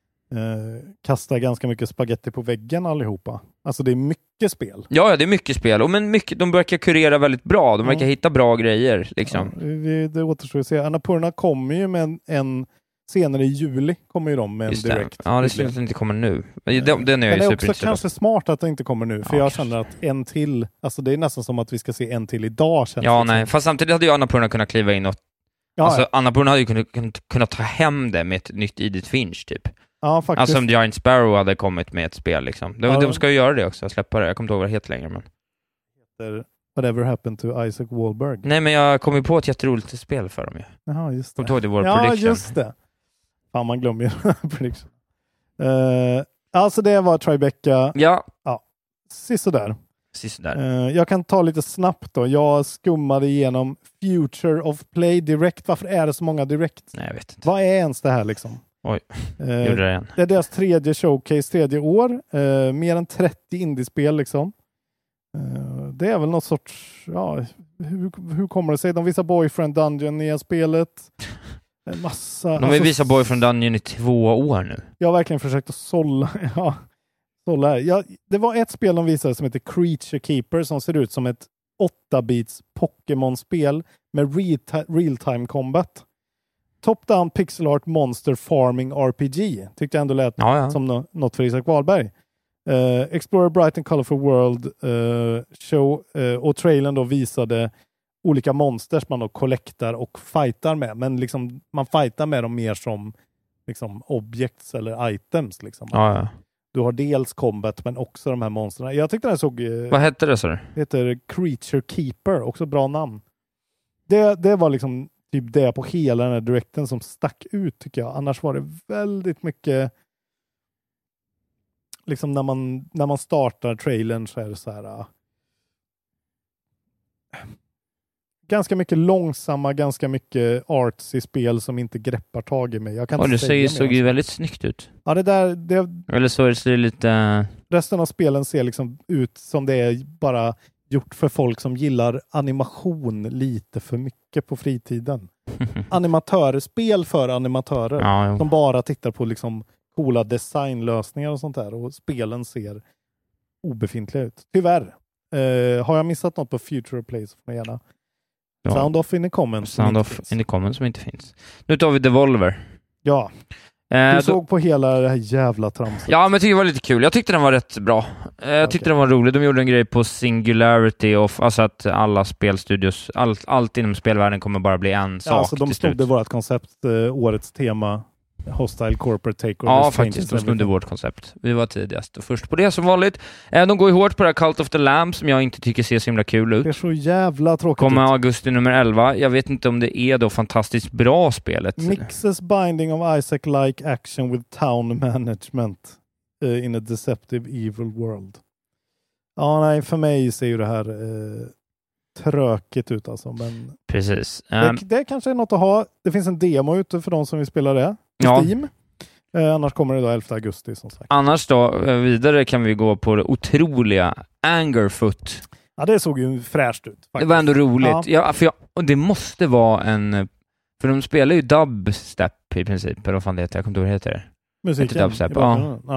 Speaker 9: kastar ganska mycket spaghetti på väggen allihopa. Alltså det är mycket spel.
Speaker 8: Ja, det är mycket spel. Men de verkar kurera väldigt bra. De verkar hitta bra grejer. Liksom.
Speaker 9: Ja, det återstår att se. Annapurna kommer ju med en senare i juli kommer ju de med en direkt.
Speaker 8: Ja, det syns inte kommer nu. Den är
Speaker 9: det är också kanske smart att det inte kommer nu. För jag känner att en till, alltså det är nästan som att vi ska se en till idag.
Speaker 8: Nej. Fast samtidigt hade ju Annapurna kunnat kliva in och Annapurna hade ju kunnat ta hem det med ett nytt Edith Finch typ.
Speaker 9: Ja, faktiskt.
Speaker 8: Alltså om Giant Sparrow hade kommit med ett spel liksom. De ska ju göra det också, släppa det. Jag kommer inte ihåg vad det heter längre, men...
Speaker 9: Whatever happened to Isaac Wahlberg?
Speaker 8: Nej, men jag kom ju på ett jätteroligt spel för dem ju.
Speaker 9: Jaha, just det.
Speaker 8: De tog det vår prediction.
Speaker 9: Ja, just det. Fan, man glömmer ju prediction. Alltså det var Tribeca.
Speaker 8: Ja.
Speaker 9: Sisådär. Jag kan ta lite snabbt då. Jag skummade igenom Future of Play Direct. Varför är det så många Direct?
Speaker 8: Nej, jag vet inte.
Speaker 9: Vad är ens det här liksom?
Speaker 8: Oj, gjorde det igen.
Speaker 9: Det är deras 3:e showcase, 3:e år. Mer än 30 indiespel liksom. Det är väl något sorts... Ja, hur kommer det sig? De visar Boyfriend Dungeon i spelet. En massa...
Speaker 8: De har ju visat Boyfriend Dungeon i 2 år nu.
Speaker 9: Jag har verkligen försökt att sålla här. Det var ett spel de visade som heter Creature Keeper som ser ut som ett 8-bits Pokémon-spel med real-time combat. Top-down pixel art monster farming RPG. Tyckte jag ändå lät som något för Isaac Wahlberg. Explore a bright and colorful world show och trailern då visade olika monsters man då kollektar och fightar med. Men liksom, man fightar med dem mer som liksom, objects eller items. Liksom.
Speaker 8: Ja.
Speaker 9: Du har dels combat men också de här monsterna. Jag tyckte den såg...
Speaker 8: Vad hette det så?
Speaker 9: Det heter Creature Keeper. Också bra namn. Det var liksom typ det på hela den här direkten som stack ut tycker jag. Annars var det väldigt mycket liksom när man startar trailern så är det så här ganska mycket långsamma, ganska mycket artsy spel som inte greppar tag i mig. Jag kan inte
Speaker 8: säga såg ju väldigt snyggt ut.
Speaker 9: Ja,
Speaker 8: eller så ser det lite...
Speaker 9: Resten av spelen ser liksom ut som det är bara gjort för folk som gillar animation lite för mycket på fritiden. Spel för animatörer som bara tittar på liksom coola designlösningar och sånt där och spelen ser obefintliga ut. Tyvärr. Har jag missat något på Future Play så får jag gärna Sound off in the comments.
Speaker 8: Sound off in the comments som inte finns. Nu tar vi Devolver.
Speaker 9: Ja. Du såg på hela det här jävla tramset.
Speaker 8: Ja, men jag tycker det var lite kul. Jag tyckte den var rätt bra. Jag tyckte den var rolig. De gjorde en grej på Singularity of, alltså att alla spelstudios, allt inom spelvärlden kommer bara bli en sak.
Speaker 9: Alltså de snodde vårt koncept, årets tema. Hostile Corporate Takeover.
Speaker 8: Ja, faktiskt. De snodde vårt koncept. Vi var tidigast och först på det som vanligt. De går ju hårt på det här Cult of the Lamb som jag inte tycker ser så himla kul ut.
Speaker 9: Det är så jävla tråkigt.
Speaker 8: Kommer augusti nummer 11. Jag vet inte om det är då fantastiskt bra spelet.
Speaker 9: Mixes binding of Isaac-like action with town management in a deceptive evil world. Ja, nej, för mig ser ju det här trökigt ut alltså. Men
Speaker 8: precis.
Speaker 9: Det kanske är något att ha. Det finns en demo ute för de som vill spela det. Steam. Annars kommer det då 11 augusti som sagt.
Speaker 8: Annars då, vidare kan vi gå på det otroliga Angerfoot.
Speaker 9: Ja, det såg ju fräscht ut. Faktiskt.
Speaker 8: Det var ändå roligt. Och det måste vara en... För de spelar ju dubstep i princip. Eller vad fan det heter? Jag kommer inte ihåg vad det heter.
Speaker 9: Musiken.
Speaker 8: Dubstep, ja.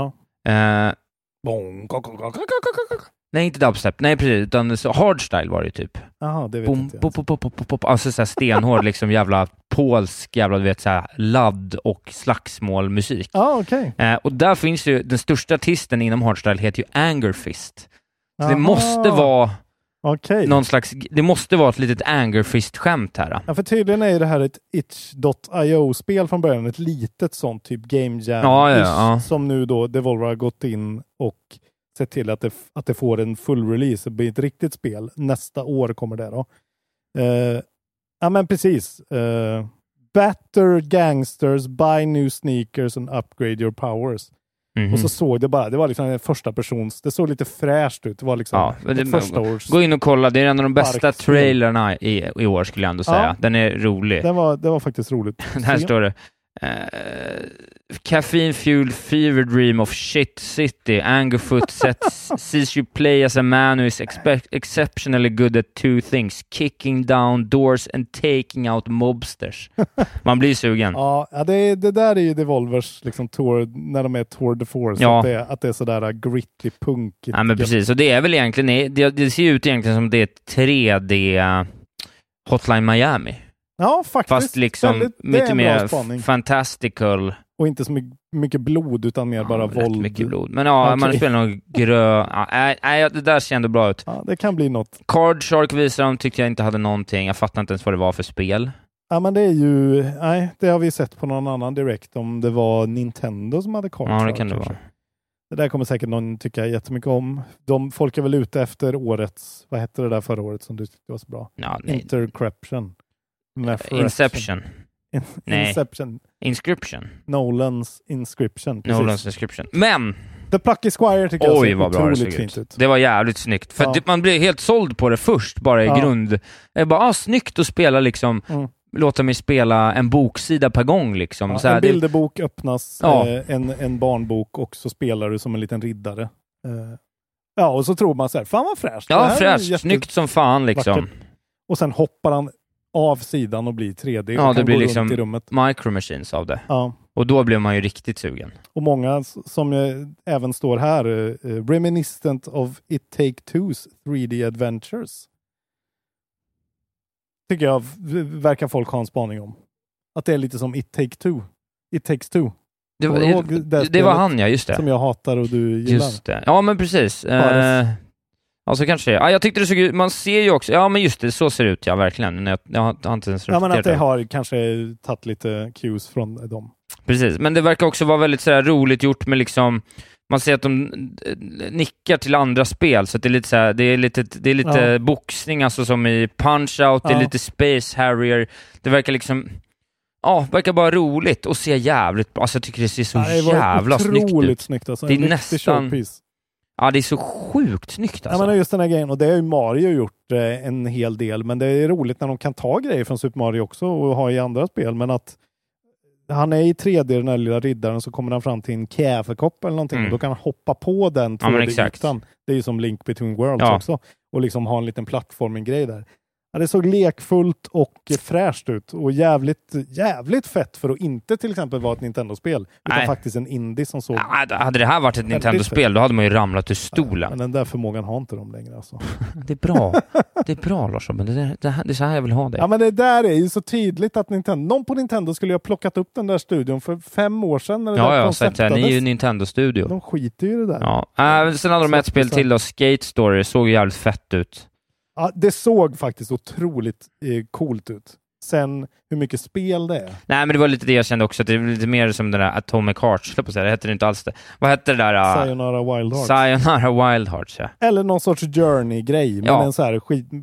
Speaker 8: Nej, inte dubstep. Nej, precis. Utan så hardstyle var det typ.
Speaker 9: Jaha, det vet inte jag.
Speaker 8: Alltså så här stenhård, liksom jävla polsk, jävla, du vet, så här ladd- och slagsmålmusik.
Speaker 9: Okej.
Speaker 8: Och där finns ju, den största artisten inom hardstyle heter ju Angerfist. Så det måste vara någon slags, det måste vara ett litet Angerfist-skämt här.
Speaker 9: Ja, för tydligen är det här ett itch.io-spel från början. Ett litet sånt typ Game Jam. Som nu då Devolver har gått in och sett till att det får en full release. Det blir ett riktigt spel. Nästa år kommer det då. Ja, men precis. Batter gangsters, buy new sneakers and upgrade your powers. Och så såg det var liksom en första persons, det såg lite fräscht ut. Det var liksom första års.
Speaker 8: Gå in och kolla, det är en av de bästa trailerna i år, skulle jag ändå säga. Den är rolig.
Speaker 9: Det var faktiskt roligt.
Speaker 8: Här står det Caffeine fueled fever dream of shit city. Angerfoot sees you play as a man who is exceptionally good at two things: kicking down doors and taking out mobsters. Man blir sugen.
Speaker 9: Ja, det där är ju Devolvers liksom tour, när de är tour de force. Ja. Att det är sådär gritty punk.
Speaker 8: Ja, men precis. Och det är väl egentligen, det ser ut egentligen som det är 3D Hotline Miami.
Speaker 9: Ja, faktiskt.
Speaker 8: Fast liksom mycket mer fantastical.
Speaker 9: Och inte så mycket blod, utan mer bara våld.
Speaker 8: Mycket blod. Men man spelar någon nej, det där ser ändå bra ut.
Speaker 9: Ja, det kan bli något.
Speaker 8: Card Shark visar de, tyckte jag inte hade någonting. Jag fattar inte ens vad det var för spel.
Speaker 9: Ja, men det är ju, det har vi sett på någon annan direkt, om det var Nintendo som hade Card Shark.
Speaker 8: Ja, det kan det vara.
Speaker 9: Det där kommer säkert någon tycka jättemycket om. Folk är väl ute efter årets, vad hette det där förra året som du tyckte var så bra?
Speaker 8: Ja,
Speaker 9: Intercreption.
Speaker 8: Inception.
Speaker 9: Inception.
Speaker 8: Inscription.
Speaker 9: Nolans Inscription.
Speaker 8: Precis. Nolans Inscription. Men
Speaker 9: The Plucky Squire tycker jag ser otroligt fint ut.
Speaker 8: Det var jävligt snyggt. För man blir helt såld på det först, bara i grund. Jag bara, snyggt att spela liksom. Låta mig spela en boksida per gång liksom.
Speaker 9: Ja,
Speaker 8: så här,
Speaker 9: en bilderbok öppnas, en barnbok, och så spelar du som en liten riddare. Ja, och så tror man så här, fan vad fräscht.
Speaker 8: Ja, fräscht. Snyggt som fan liksom.
Speaker 9: Vackert. Och sen hoppar han av sidan och blir 3D.
Speaker 8: Ja, det blir liksom micro machines av det.
Speaker 9: Ja.
Speaker 8: Och då blir man ju riktigt sugen.
Speaker 9: Och många som även står här, reminiscent of It Take-Two's 3D Adventures. Tycker jag verkar folk ha en spaning om. Att det är lite som It Take-Two. It Takes Two.
Speaker 8: Det var han, ja, just det.
Speaker 9: Som jag hatar och du gillar.
Speaker 8: Just det. Ja, men precis. Alltså kanske. Jag tyckte det såg ut, man ser ju också, ja men just det, så ser det ut, ja verkligen. Jag har inte ens
Speaker 9: men att det har kanske tagit lite cues från dem.
Speaker 8: Precis, men det verkar också vara väldigt sådär roligt gjort med liksom, man ser att de nickar till andra spel, så att det är lite såhär, det är lite boxning, alltså som i Punch-Out, det är lite Space Harrier, det verkar liksom, verkar bara roligt och se jävligt bra. Alltså jag tycker det ser så jävla snyggt ut.
Speaker 9: Snyggt alltså.
Speaker 8: Det är nästan ja, det är så sjukt snyggt alltså.
Speaker 9: Ja, men just den här grejen, och det har ju Mario gjort en hel del, men det är roligt när de kan ta grejer från Super Mario också och ha i andra spel, men att han är i 3D, den här lilla riddaren, så kommer han fram till en kaffekopp eller någonting och då kan han hoppa på den 2D-ytan. Det är ju som Link Between Worlds också, och liksom ha en liten plattforming-grej där. Ja, det såg lekfullt och fräscht ut och jävligt fett för att inte till exempel vara ett Nintendo-spel, utan faktiskt en indie som såg...
Speaker 8: Hade det här varit ett Nintendo-spel, då hade man ju ramlat ur stolen.
Speaker 9: Men den där förmågan har inte de längre alltså.
Speaker 8: Det är bra Lars, men det är så här jag vill ha det.
Speaker 9: Ja, men det där är ju så tydligt att någon på Nintendo skulle ha plockat upp den där studion för 5 år sedan. När det där konceptades.
Speaker 8: Ni är ju Nintendo-studio.
Speaker 9: De skiter ju i det där.
Speaker 8: Ja. Sen hade de ett spel till då, Skate Story, såg ju jävligt fett ut.
Speaker 9: Ja, det såg faktiskt otroligt coolt ut. Sen hur mycket spel det är.
Speaker 8: Nej, men det var lite det jag kände också. Att det är lite mer som den där Atomic Hearts. Det heter inte alls det. Vad hette det där?
Speaker 9: Sayonara Wild Hearts.
Speaker 8: Sayonara Wild Hearts, ja.
Speaker 9: Eller någon sorts Journey-grej. Men en så här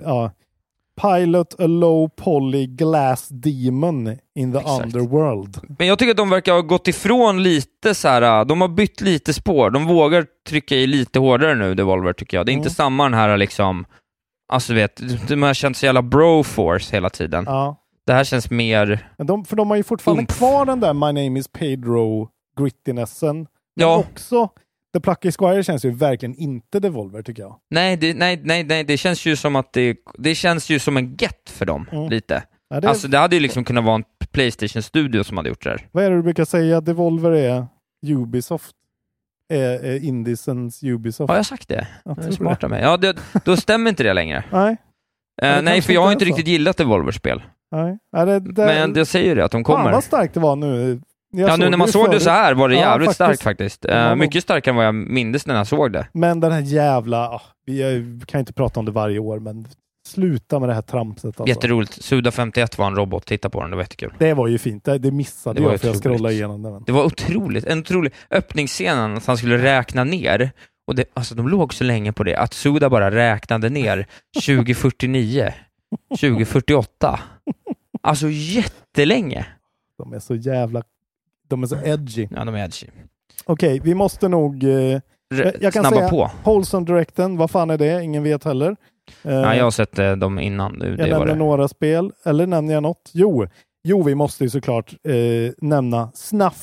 Speaker 9: Pilot a low poly glass demon in the underworld.
Speaker 8: Men jag tycker att de verkar ha gått ifrån lite så här. De har bytt lite spår. De vågar trycka i lite hårdare nu, Devolver, tycker jag. Det är inte samma den här liksom... Alltså de har känt så jävla Broforce hela tiden.
Speaker 9: Ja.
Speaker 8: Det här känns mer...
Speaker 9: För de har ju fortfarande kvar den där My Name is Pedro grittinessen. Men också The Plucky Squire känns ju verkligen inte Devolver, tycker jag.
Speaker 8: Nej, det känns ju som att det känns ju som en get för dem, lite. Ja, alltså det hade ju liksom kunnat vara en PlayStation-studio som hade gjort det här.
Speaker 9: Vad är det du brukar säga? Devolver är Ubisoft. är Indiesens Ubisoft.
Speaker 8: Har jag sagt det? Det är smart av mig. Ja, då stämmer inte det längre.
Speaker 9: Nej.
Speaker 8: Nej, för jag har inte riktigt gillat Devolver-spel.
Speaker 9: Nej.
Speaker 8: Men jag säger det, att de kommer.
Speaker 9: Fan vad starkt det var nu.
Speaker 8: Nu när man såg det så här var det jävligt starkt faktiskt. Mycket starkare än vad jag mindes när jag såg det.
Speaker 9: Men den här jävla... vi kan inte prata om det varje år, men sluta med det här tramset. Alltså.
Speaker 8: Jätteroligt. Suda 51 var en robot. Titta på den, det var jättekul.
Speaker 9: Det var ju fint. Det missade jag för jag scrollade igenom den.
Speaker 8: Det var otroligt. En otrolig öppningsscenen att han skulle räkna ner. Och de låg så länge på det att Suda bara räknade ner 2049, 2048. Alltså jättelänge.
Speaker 9: De är så edgy.
Speaker 8: Ja, de är edgy.
Speaker 9: Okej, vi måste nog... jag kan säga
Speaker 8: på.
Speaker 9: Wholesome Directen, vad fan är det? Ingen vet heller.
Speaker 8: Ja, jag har sett dem innan.
Speaker 9: Jag nämner några spel. Eller nämner jag något? Jo, vi måste ju såklart nämna Snufkin :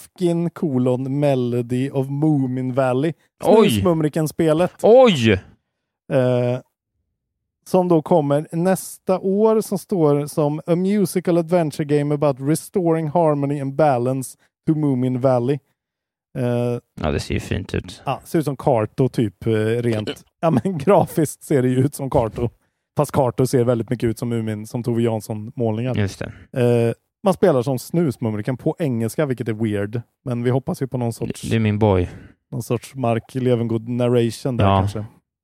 Speaker 9: Melody of Moomin Valley. Snusmumriken-spelet.
Speaker 8: Oj!
Speaker 9: Som då kommer nästa år, som står som A Musical Adventure Game about restoring harmony and balance to Moomin Valley.
Speaker 8: Ja, det ser ju fint ut.
Speaker 9: Ja, ser ut som Karto typ rent. Ja, men grafiskt ser det ju ut som Karto. Fast Karto ser väldigt mycket ut som Mumin, som Tove Jansson-målningar.
Speaker 8: Just det.
Speaker 9: Man spelar som snusmumriken på engelska, vilket är weird. Men vi hoppas ju på någon sorts...
Speaker 8: Det är min boy.
Speaker 9: Någon sorts Mark Levengood narration där kanske.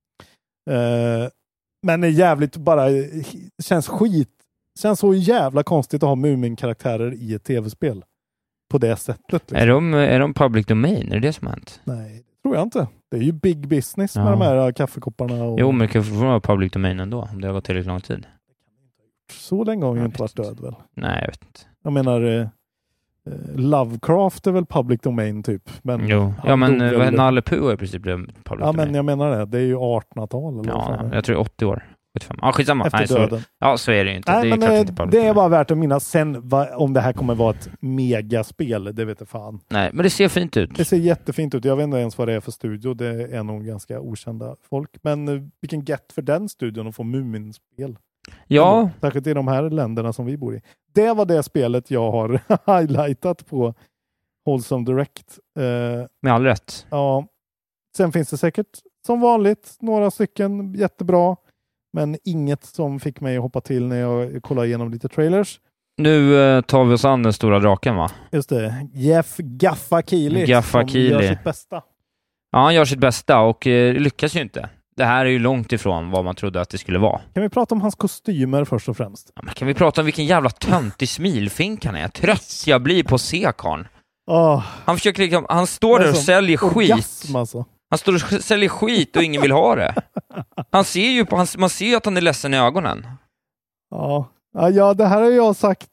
Speaker 9: Men det är jävligt bara... Känns så jävla konstigt att ha Mumin-karaktärer i ett tv-spel. På det sättet. Liksom.
Speaker 8: Är de public domain? Är det som har hänt?
Speaker 9: Nej, det tror jag inte. Det är ju big business med de här kaffekopparna. Och...
Speaker 8: Jo, men det kan vara public domain ändå, om det har gått tillräckligt lång tid.
Speaker 9: Så länge har ju inte varit död väl?
Speaker 8: Nej, jag vet inte.
Speaker 9: Jag menar, Lovecraft är väl public domain typ. Men
Speaker 8: Nalle Puh är i princip public domain.
Speaker 9: Men jag menar det. Det är ju 1800-tal. Eller
Speaker 8: ja, jag tror 80 år. 75. Ja, skitsamma.
Speaker 9: Efter döden.
Speaker 8: Så är det ju inte.
Speaker 9: Nej, det är bara värt att minnas. Sen om det här kommer vara ett megaspel, det vet jag fan.
Speaker 8: Nej, men det ser fint ut.
Speaker 9: Det ser jättefint ut. Jag vet inte ens vad det är för studio. Det är nog ganska okända folk. Men vilken get för den studion att få Mumin-spel.
Speaker 8: Ja.
Speaker 9: Särskilt i de här länderna som vi bor i. Det var det spelet jag har highlightat på Wholesome Direct.
Speaker 8: Med all rätt.
Speaker 9: Ja. Sen finns det säkert som vanligt några stycken jättebra. Men inget som fick mig att hoppa till när jag kollade igenom lite trailers.
Speaker 8: Nu tar vi oss an den stora draken, va?
Speaker 9: Just det. Jeff Gaffa Keely. Som gör sitt bästa.
Speaker 8: Ja, han gör sitt bästa och lyckas ju inte. Det här är ju långt ifrån vad man trodde att det skulle vara.
Speaker 9: Kan vi prata om hans kostymer först och främst?
Speaker 8: Ja, men kan vi prata om vilken jävla töntig smilfink han är? Trött jag blir på C-karn. Han försöker liksom, han står där och säljer skit.
Speaker 9: Alltså.
Speaker 8: Han står och säljer skit och ingen vill ha det. Man ser ju att han är ledsen i ögonen.
Speaker 9: Ja, det här har jag sagt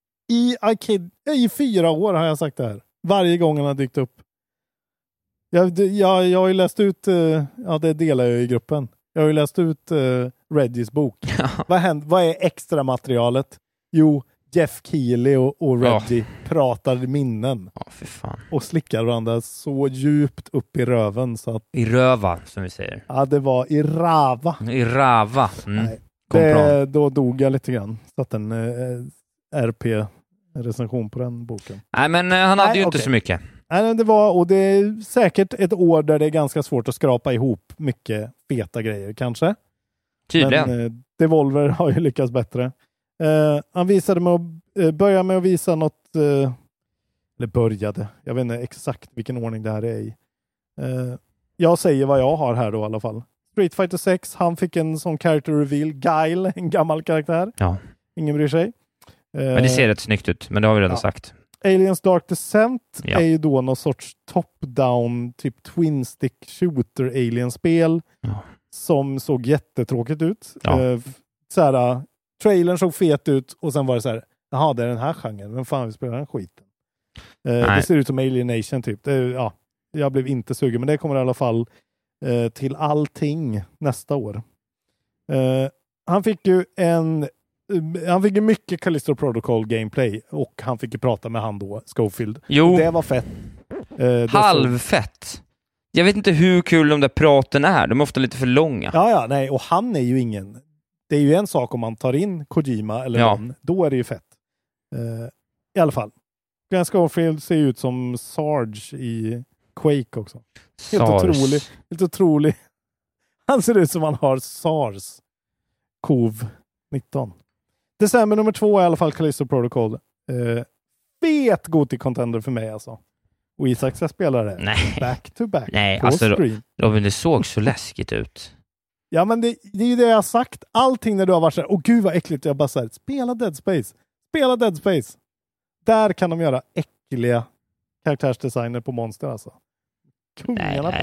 Speaker 9: i 4 år har jag sagt det här. Varje gång han har dykt upp. Jag har ju läst ut, det delar jag i gruppen. Jag har ju läst ut Reggies bok. Vad är extra materialet? Jo, Jeff Keely och Reggie pratar minnen.
Speaker 8: Fy fan. Och
Speaker 9: slickar varandra så djupt upp i röven. Så att...
Speaker 8: I röva, som vi säger.
Speaker 9: Ja, det var i rava.
Speaker 8: I rava.
Speaker 9: Då dog jag lite grann. Satt en RP-recension på den boken.
Speaker 8: Nej, men han hade ju inte så mycket.
Speaker 9: Nej, det är säkert ett år där det är ganska svårt att skrapa ihop mycket feta grejer, kanske.
Speaker 8: Tydligen.
Speaker 9: Men Devolver har ju lyckats bättre. Han började med att visa något, eller började. Jag vet inte exakt vilken ordning det här är i. Jag säger vad jag har här då i alla fall. Street Fighter 6, han fick en sån character reveal. Guile, en gammal karaktär.
Speaker 8: Ja.
Speaker 9: Ingen bryr sig.
Speaker 8: Men det ser rätt snyggt ut, men det har vi redan sagt.
Speaker 9: Aliens Dark Descent är ju då någon sorts top-down typ twin stick shooter alien-spel som såg jättetråkigt ut. Såhär, trailern såg fet ut och sen var det så här, jaha, det är den här genren, men fan vi spelar den skiten. Det ser ut som Alienation typ. Jag blev inte sugen, men det kommer i alla fall till allting nästa år. Han fick ju mycket Callisto Protocol gameplay och han fick ju prata med han då, Schofield.
Speaker 8: Jo.
Speaker 9: Det var fett.
Speaker 8: Halvfett. Jag vet inte hur kul de där praten är. De är ofta lite för långa.
Speaker 9: Nej. Och han är ju ingen... Det är ju en sak om man tar in Kojima eller någon. Då är det ju fett. I alla fall. Glenn Schofield ser ut som Sarge i Quake också. Helt otrolig. Han ser ut som han har SARS. CoV-19. December nummer 2 är i alla fall Callisto Protocol. Fet Goti-contender för mig alltså. Och Isak ska spela det. Back to back.
Speaker 8: Nej, alltså Robin, det såg så läskigt ut.
Speaker 9: Ja, men det är ju det jag har sagt. Allting när du har varit så här, gud vad äckligt. Jag bara så här, spela Dead Space. Där kan de göra äckliga karaktärsdesigner på monster alltså. Kungarna.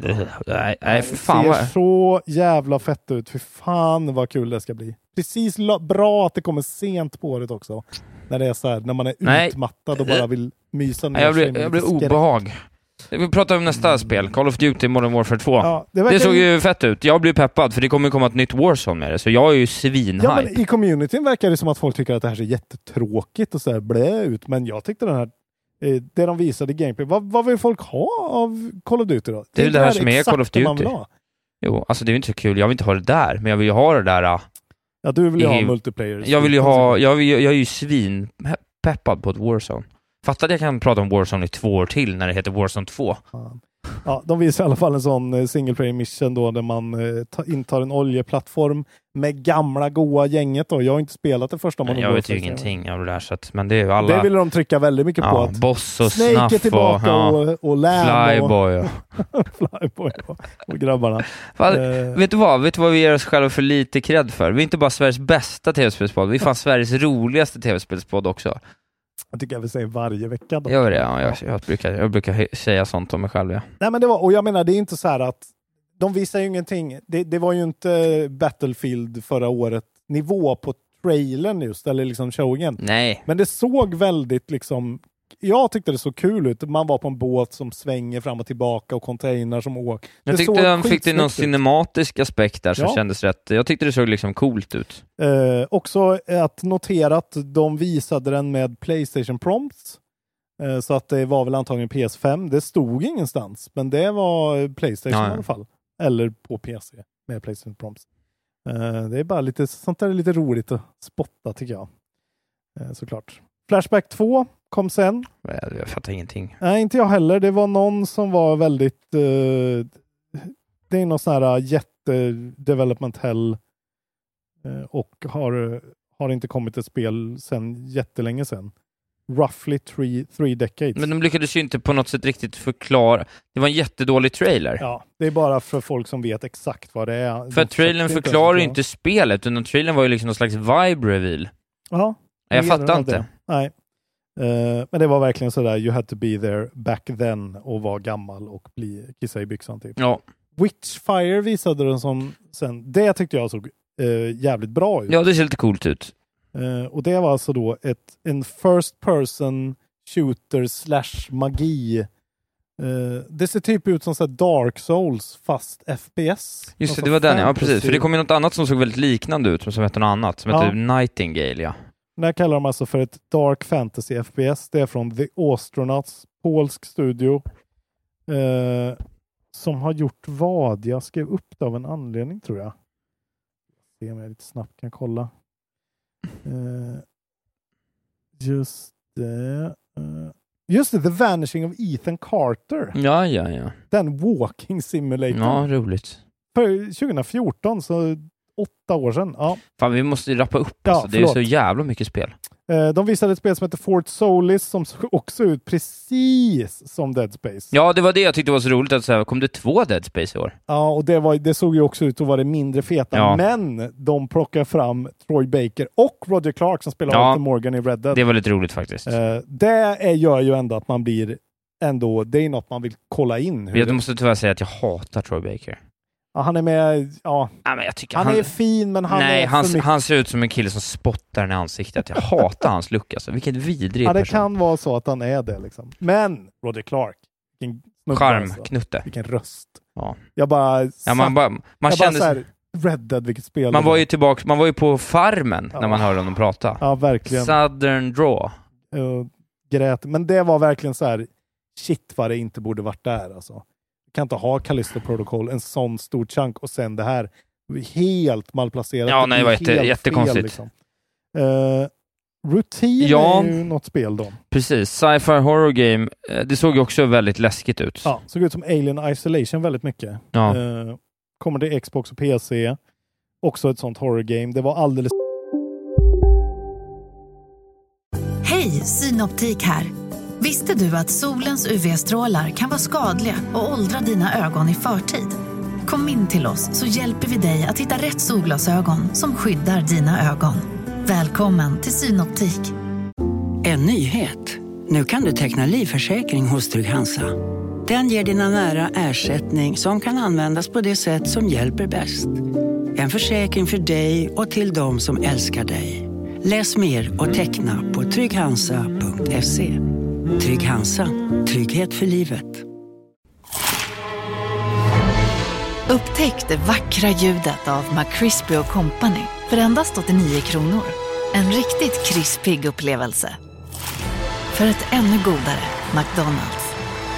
Speaker 8: Nej, för fan.
Speaker 9: Det ser så jävla fett ut. För fan vad kul det ska bli. Precis bra att det kommer sent på året också. När det är så här, när man är utmattad och bara vill mysa ner sig.
Speaker 8: Jag blir obehag. Vi pratar om nästa spel, Call of Duty Modern Warfare 2. Ja, det såg ju fett ut. Jag blir peppad för det kommer komma ett nytt Warzone med det. Så jag är ju svinhype.
Speaker 9: Ja, men i communityn verkar det som att folk tycker att det här ser jättetråkigt och så här blä ut. Men jag tyckte den här, det de visade i gameplay, vad vill folk ha av Call of Duty då?
Speaker 8: Det är det här som är Call of Duty. Jo, alltså det är inte så kul. Jag vill inte ha det där, men jag vill ju ha det där.
Speaker 9: Ja, du vill ju ha multiplayer.
Speaker 8: Jag är ju svinpeppad på ett Warzone. Fattar att jag kan prata om Warzone i 2 år till när det heter Warzone 2.
Speaker 9: Ja, de visar i alla fall en sån single player mission då där man intar en oljeplattform med gamla goa gänget då. Jag har inte spelat det första
Speaker 8: Jag vet ju ingenting av det där, så att, men det är ju alla...
Speaker 9: Det vill de trycka väldigt mycket på. Att
Speaker 8: Boss och
Speaker 9: Snake
Speaker 8: Snuff
Speaker 9: är tillbaka och Lamb
Speaker 8: Flyboy
Speaker 9: Flyboy och grabbarna.
Speaker 8: Vet du vad vi ger oss själva för lite cred för? Vi är inte bara Sveriges bästa tv-spelspodd, vi är fan Sveriges roligaste tv-spelspodd också.
Speaker 9: Jag tycker jag vill säga varje vecka då.
Speaker 8: Gör det, ja. Jag brukar säga sånt om mig själv, ja.
Speaker 9: Nej, men och jag menar, det är inte så här att de visar ju ingenting. Det var ju inte Battlefield förra året nivå på trailern just, eller liksom showingen.
Speaker 8: Nej.
Speaker 9: Men det såg väldigt liksom, jag tyckte det såg kul ut. Man var på en båt som svänger fram och tillbaka och container som åker.
Speaker 8: Jag tyckte han fick det någon cinematisk aspekt där som kändes rätt. Jag tyckte det såg liksom coolt ut.
Speaker 9: Också att notera att de visade den med PlayStation prompts. Så att det var väl antagligen PS5. Det stod ingenstans, men det var PlayStation i alla fall. Eller på PC med PlayStation prompts. Det är bara lite, sånt där är lite roligt att spotta tycker jag. Såklart. Flashback 2 kom sen.
Speaker 8: Jag fattar ingenting.
Speaker 9: Nej, inte jag heller. Det var någon som var väldigt... det är någon sån här jätte-development hell och har inte kommit ett spel sen jättelänge sen. Roughly three decades.
Speaker 8: Men de lyckades ju inte på något sätt riktigt förklara. Det var en jättedålig trailer.
Speaker 9: Ja, det är bara för folk som vet exakt vad det är.
Speaker 8: För trailern förklarar ju inte spelet, utan trailern var ju liksom någon slags vibe reveal.
Speaker 9: Ja.
Speaker 8: Jag fattar inte.
Speaker 9: Nej. Men det var verkligen sådär, you had to be there back then och vara gammal och kissa i byxan typ.
Speaker 8: Ja.
Speaker 9: Witchfire visade den som sen. Det tyckte jag såg jävligt bra ut.
Speaker 8: Ja, det ser lite coolt ut.
Speaker 9: Och det var alltså då en first person shooter / magi. Det ser typ ut som så Dark Souls fast FPS.
Speaker 8: Just det, det var den, ja precis. För det kom ju något annat som såg väldigt liknande ut som hette något annat, som heter Nightingale, ja.
Speaker 9: Det här kallar de alltså för ett Dark Fantasy FPS. Det är från The Astronauts, polsk studio. Som har gjort vad? Jag skrev upp det av en anledning tror jag. Se om jag lite snabbt kan kolla. Just det, The Vanishing of Ethan Carter.
Speaker 8: Ja.
Speaker 9: Den Walking Simulator.
Speaker 8: Ja, roligt.
Speaker 9: För 2014, så 8 år sedan. Ja.
Speaker 8: Fan, vi måste rappa upp. Alltså. Det är så jävla mycket spel.
Speaker 9: De visade ett spel som heter Fort Solis som såg också ut precis som Dead Space.
Speaker 8: Ja, det var det jag tyckte var så roligt att säga. Kom det 2 Dead Space i år?
Speaker 9: Ja, och det såg ju också ut att vara mindre feta. Ja. Men de plockar fram Troy Baker och Roger Clark som spelar Arthur Morgan i Red Dead.
Speaker 8: Det var lite roligt faktiskt.
Speaker 9: Gör ju ändå att man blir ändå, det är något man vill kolla in.
Speaker 8: Jag måste tyvärr säga att jag hatar Troy Baker.
Speaker 9: Ja, han är med,
Speaker 8: men jag tycker
Speaker 9: han är fin, men
Speaker 8: han ser ut som en kille som spottar den i ansiktet. Jag hatar hans look alltså. Vilket vidrig person.
Speaker 9: Det kan vara så att han är det liksom. Men Roger Clark,
Speaker 8: charmknutte.
Speaker 9: Vilken röst.
Speaker 8: Ja.
Speaker 9: Jag bara
Speaker 8: man kände
Speaker 9: så här, Red Dead, vilket spel.
Speaker 8: Man var ju på farmen när man hörde honom prata.
Speaker 9: Ja, verkligen.
Speaker 8: Southern Draw.
Speaker 9: Grät. Men det var verkligen så här, shit vad det inte borde varit där alltså. Kan inte ha Callisto Protocol, en sån stor chunk och sen det här helt malplacerat.
Speaker 8: Ja, nej, det var jättekonstigt.
Speaker 9: Fel, liksom. Routine är ju något spel då.
Speaker 8: Precis. Sci-fi horror game. Det såg ju också väldigt läskigt ut.
Speaker 9: Ja, såg ut som Alien Isolation väldigt mycket.
Speaker 8: Ja.
Speaker 9: Kommer det Xbox och PC. Också ett sånt horror game. Det var alldeles...
Speaker 10: Hej, Synoptik här. Visste du att solens UV-strålar kan vara skadliga och åldra dina ögon i förtid? Kom in till oss så hjälper vi dig att hitta rätt solglasögon som skyddar dina ögon. Välkommen till Synoptik.
Speaker 11: En nyhet. Nu kan du teckna livförsäkring hos Trygg-Hansa. Den ger dina nära ersättning som kan användas på det sätt som hjälper bäst. En försäkring för dig och till de som älskar dig. Läs mer och teckna på trygghansa.se. Trygg-Hansa. Trygghet för livet.
Speaker 10: Upptäck det vackra ljudet av McCrispy & Company för endast 89 kronor. En riktigt krispig upplevelse. För ett ännu godare McDonald's.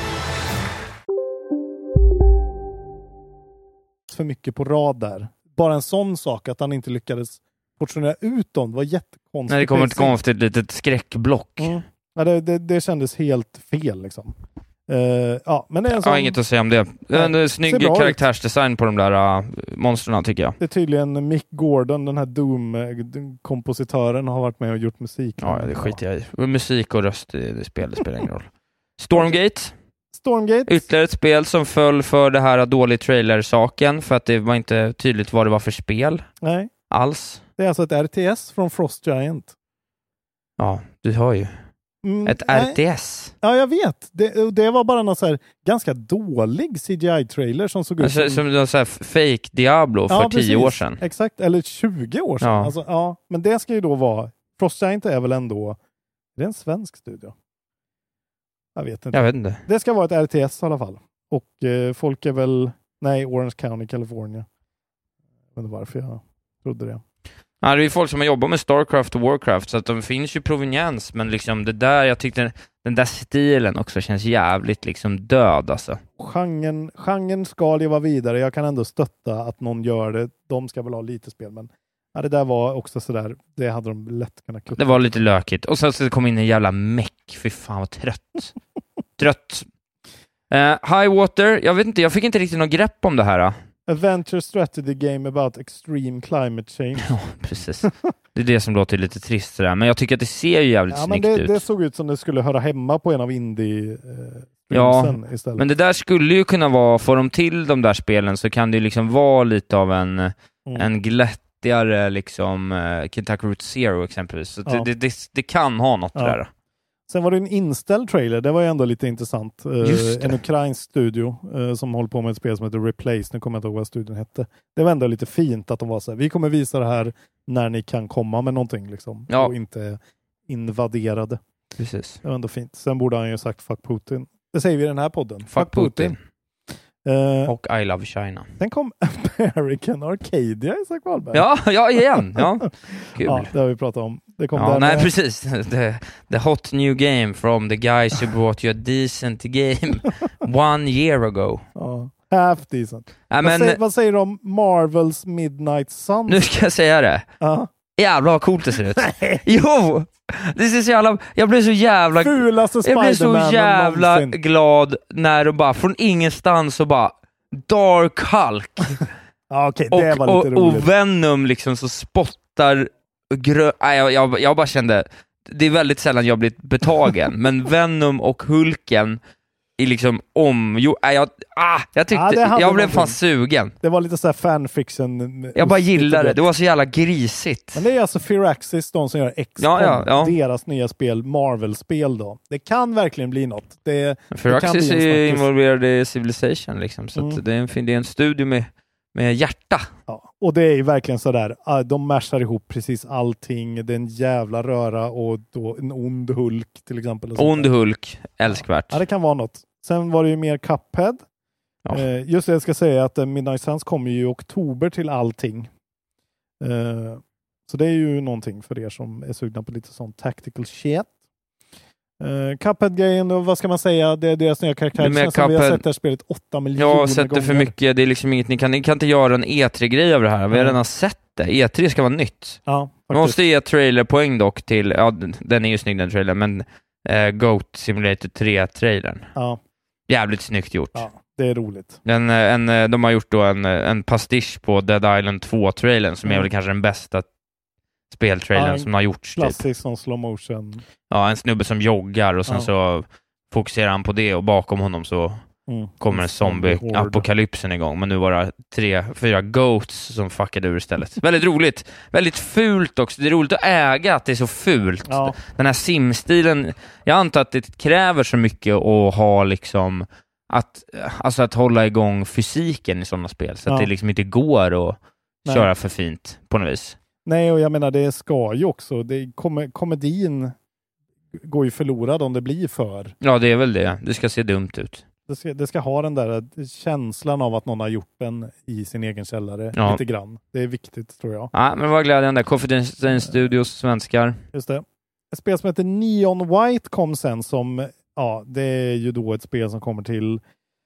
Speaker 9: För mycket på rad där. Bara en sån sak att han inte lyckades portionera ut dem. Det var jättekonstigt.
Speaker 8: Nej, det kommer ett konstigt litet skräckblock.
Speaker 9: Ja, det kändes helt fel liksom. Ja, men det är en sån...
Speaker 8: inget att säga om det. En snygg karaktärsdesign på de där monsterna tycker jag.
Speaker 9: Det är tydligen Mick Gordon, den här Doom-kompositören, har varit med och gjort musik.
Speaker 8: Ja, det skiter jag i. Musik och röst det spelar ingen roll. Stormgate. Ytterligare ett spel som föll för det här dålig trailer-saken för att det var inte tydligt vad det var för spel.
Speaker 9: Nej.
Speaker 8: Alls.
Speaker 9: Det är alltså ett RTS från Frost Giant.
Speaker 8: Ja, du hör ju. Ett RTS.
Speaker 9: Ja, jag vet. Det var bara någon så här ganska dålig CGI-trailer som såg ut
Speaker 8: som någon så här fake Diablo för 10 år sedan.
Speaker 9: Exakt, eller 20 år sedan.
Speaker 8: Ja.
Speaker 9: Alltså, men det ska ju då vara... Frost Giant är väl ändå... Det är en svensk studio. Jag vet inte. Det ska vara ett RTS i alla fall. Och folk är väl... Nej, Orange County, California. Jag vet inte varför jag trodde det.
Speaker 8: Ja, det är ju folk som har jobbat med Starcraft och Warcraft så att de finns ju proveniens, men liksom det där, jag tyckte den där stilen också känns jävligt liksom död alltså.
Speaker 9: Genren ska leva vidare. Jag kan ändå stötta att någon gör det. De ska väl ha lite spel, men ja, det där var också sådär, det hade de lätt kunnat klippa.
Speaker 8: Det var lite lökigt. Och sen så kom in en jävla meck. Fy fan vad trött. Highwater, jag vet inte, jag fick inte riktigt något grepp om det här.
Speaker 9: Adventure strategy game about extreme climate change.
Speaker 8: Ja, precis. Det är det som låter lite trist sådär. Men jag tycker att det ser ju jävligt snyggt ut.
Speaker 9: Det såg ut som det skulle höra hemma på en av indie istället.
Speaker 8: Men det där skulle ju kunna vara, får de till de där spelen så kan det ju liksom vara lite av en glättigare liksom Kentucky Route Zero exempelvis. Så det kan ha något där.
Speaker 9: Sen var det en inställd trailer, det var ju ändå lite intressant. En ukrainsk studio som håller på med ett spel som heter Replace, nu kommer jag inte ihåg vad studion hette. Det var ändå lite fint att de var så här, vi kommer visa det här när ni kan komma med någonting liksom, och inte invaderade.
Speaker 8: Precis.
Speaker 9: Det var ändå fint. Sen borde han ju sagt fuck Putin. Det säger vi i den här podden.
Speaker 8: Fuck Putin. Och I Love China.
Speaker 9: Sen kom American Arcadia, Isak Wahlberg.
Speaker 8: Ja, igen. Ja. Kul.
Speaker 9: Ja, det har vi pratat om. Det kom
Speaker 8: precis. The hot new game from the guys who brought you a decent game 1 year ago.
Speaker 9: Ja, half decent. Vad säger du om Marvels Midnight Suns?
Speaker 8: Nu ska jag säga det. Jävlar vad coolt det ser ut. Jo! Det ser så jävla... Jag blev så jävla... glad när de bara från ingenstans så bara Dark Hulk.
Speaker 9: Okay, det var lite roligt.
Speaker 8: Och Venom liksom så spottar jag bara kände, det är väldigt sällan jag blir betagen, men Venom och Hulken i liksom jag tyckte jag blev fan sugen.
Speaker 9: Det var lite så här fanfiction.
Speaker 8: Jag bara gillade det. Det var så jävla grisigt.
Speaker 9: Men det är alltså Firaxis, de som gör deras nya spel, Marvel-spel då. Det kan verkligen bli något.
Speaker 8: Firaxis är involverad i Civilization liksom, så att det är en studio med hjärta.
Speaker 9: Ja, och det är ju verkligen så där, de mashar ihop precis allting. Det är en jävla röra och då en ond Hulk till exempel.
Speaker 8: Ond Hulk, älskvärt.
Speaker 9: Ja, det kan vara något. Sen var det ju mer Cuphead. Ja. Just det, jag ska säga att Midnight Suns kommer ju i oktober till allting. Så det är ju någonting för er som är sugna på lite sån tactical shit. Cuphead-grejen, vad ska man säga? Det är deras nya karaktär. Vi har sett det här spelet 8 miljoner gånger.
Speaker 8: Jag har sett det för mycket. Det är liksom inget, ni kan inte göra en E3-grej av det här. Vi har redan sett det. E3 ska vara nytt.
Speaker 9: Ja,
Speaker 8: man måste ge trailerpoäng dock till, ja, den är ju snygg den trailern, men Goat Simulator 3-trailern.
Speaker 9: Ja.
Speaker 8: Jävligt snyggt gjort.
Speaker 9: Ja, det är roligt.
Speaker 8: De har gjort då en pastisch på Dead Island 2-trailern som är väl kanske den bästa speltrailern som har gjorts.
Speaker 9: Klassisk
Speaker 8: typ.
Speaker 9: som slow motion.
Speaker 8: Ja, en snubbe som joggar och sen så fokuserar han på det och bakom honom så kommer en zombie-apokalypsen igång. Men nu var det 3-4 goats som fuckade ur istället. Väldigt roligt. Väldigt fult också. Det är roligt att äga att det är så fult. Ja. Den här sim-stilen, jag antar att det kräver så mycket att ha liksom att hålla igång fysiken i sådana spel. Så att det liksom inte går att köra för fint på något vis.
Speaker 9: Nej, och jag menar det ska ju också. Komedin går ju förlorad om det blir för.
Speaker 8: Ja, det är väl det. Det ska se dumt ut.
Speaker 9: Det ska ha den där känslan av att någon har gjort den i sin egen källare lite grann. Det är viktigt, tror jag.
Speaker 8: Ja, men vad glädjande. Confidence Studios svenskar.
Speaker 9: Just det. Ett spel som heter Neon White kom sen som, det är ju då ett spel som kommer till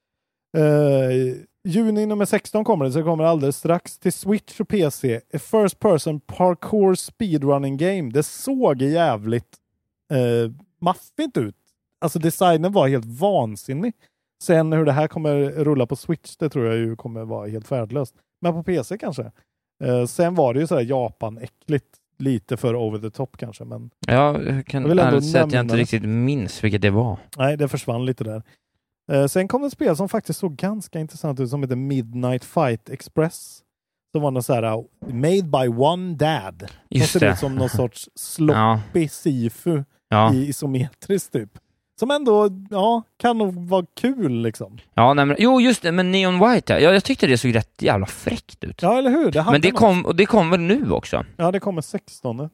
Speaker 9: juni nummer 16 kommer det, så det kommer alldeles strax till Switch och PC. A first person parkour speedrunning game. Det såg jävligt maffigt ut. Alltså designen var helt vansinnig. Sen hur det här kommer rulla på Switch, det tror jag ju kommer vara helt färdlöst. Men på PC kanske. Sen var det ju sådär Japan-äckligt. Lite för over the top kanske. Men
Speaker 8: jag kan ärligt säga att jag inte riktigt minns vilket det var.
Speaker 9: Nej, det försvann lite där. Sen kom det ett spel som faktiskt såg ganska intressant ut som heter Midnight Fight Express. Som var någon så här made by one dad.
Speaker 8: Just
Speaker 9: som ser ut som någon sorts sloppy sifu i isometriskt typ. Som ändå, kan nog vara kul liksom.
Speaker 8: Ja, nej, men, just det, men Neon White, jag tyckte det såg rätt jävla fräckt ut.
Speaker 9: Ja, eller hur?
Speaker 8: Men det kom väl nu också?
Speaker 9: Ja, det kommer 16.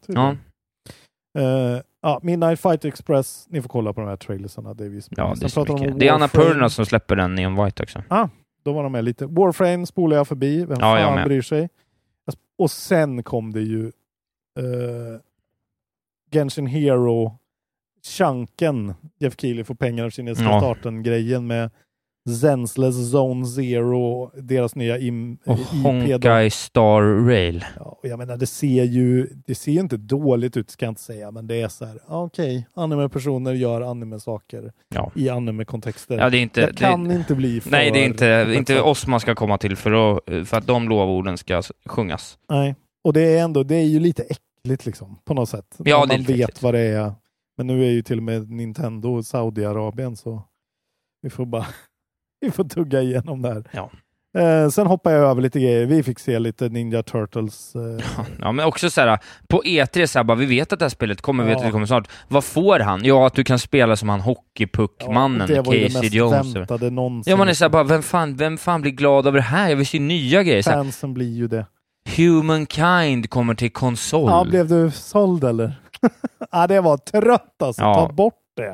Speaker 9: Midnight Fight Express, ni får kolla på de här trailersarna. Det är vi
Speaker 8: det är Anna Purna som släpper den Neon White också.
Speaker 9: Då var de med lite. Warframe spolar jag förbi. Vem fan bryr sig? Och sen kom det ju Genshin Hero chunken. Jeff Keighley får pengar av kinesiska starten-grejen med Zensless Zone Zero, deras nya
Speaker 8: och Honkai Star Rail.
Speaker 9: Ja, och jag menar, det ser ju inte dåligt ut, ska jag inte säga, men det är så här, anime-personer gör anime-saker i anime-kontexter.
Speaker 8: Ja, det
Speaker 9: kan inte bli för...
Speaker 8: Nej, det är inte oss man ska komma till för att de lovorden ska sjungas.
Speaker 9: Nej, och det är ju lite äckligt liksom, på något sätt.
Speaker 8: Ja,
Speaker 9: man vet vad det är. Men nu är ju till och med Nintendo Saudiarabien, så vi får tugga igenom det här.
Speaker 8: Ja.
Speaker 9: Sen hoppar jag över lite grejer. Vi fick se lite Ninja Turtles.
Speaker 8: Ja, men också så här, på E3 så här, bara, vi vet att det här spelet kommer, vet att det kommer snart. Vad får han? Ja, att du kan spela som han hockeypuckmannen, Casey Jones.
Speaker 9: Någonsin.
Speaker 8: Ja, man är så här, bara, vem fan blir glad över det här? Jag vill se nya grejer.
Speaker 9: Fansen blir ju det.
Speaker 8: Humankind kommer till konsol.
Speaker 9: Ja, blev du såld eller? Ja, det var trött alltså. Ta bort det.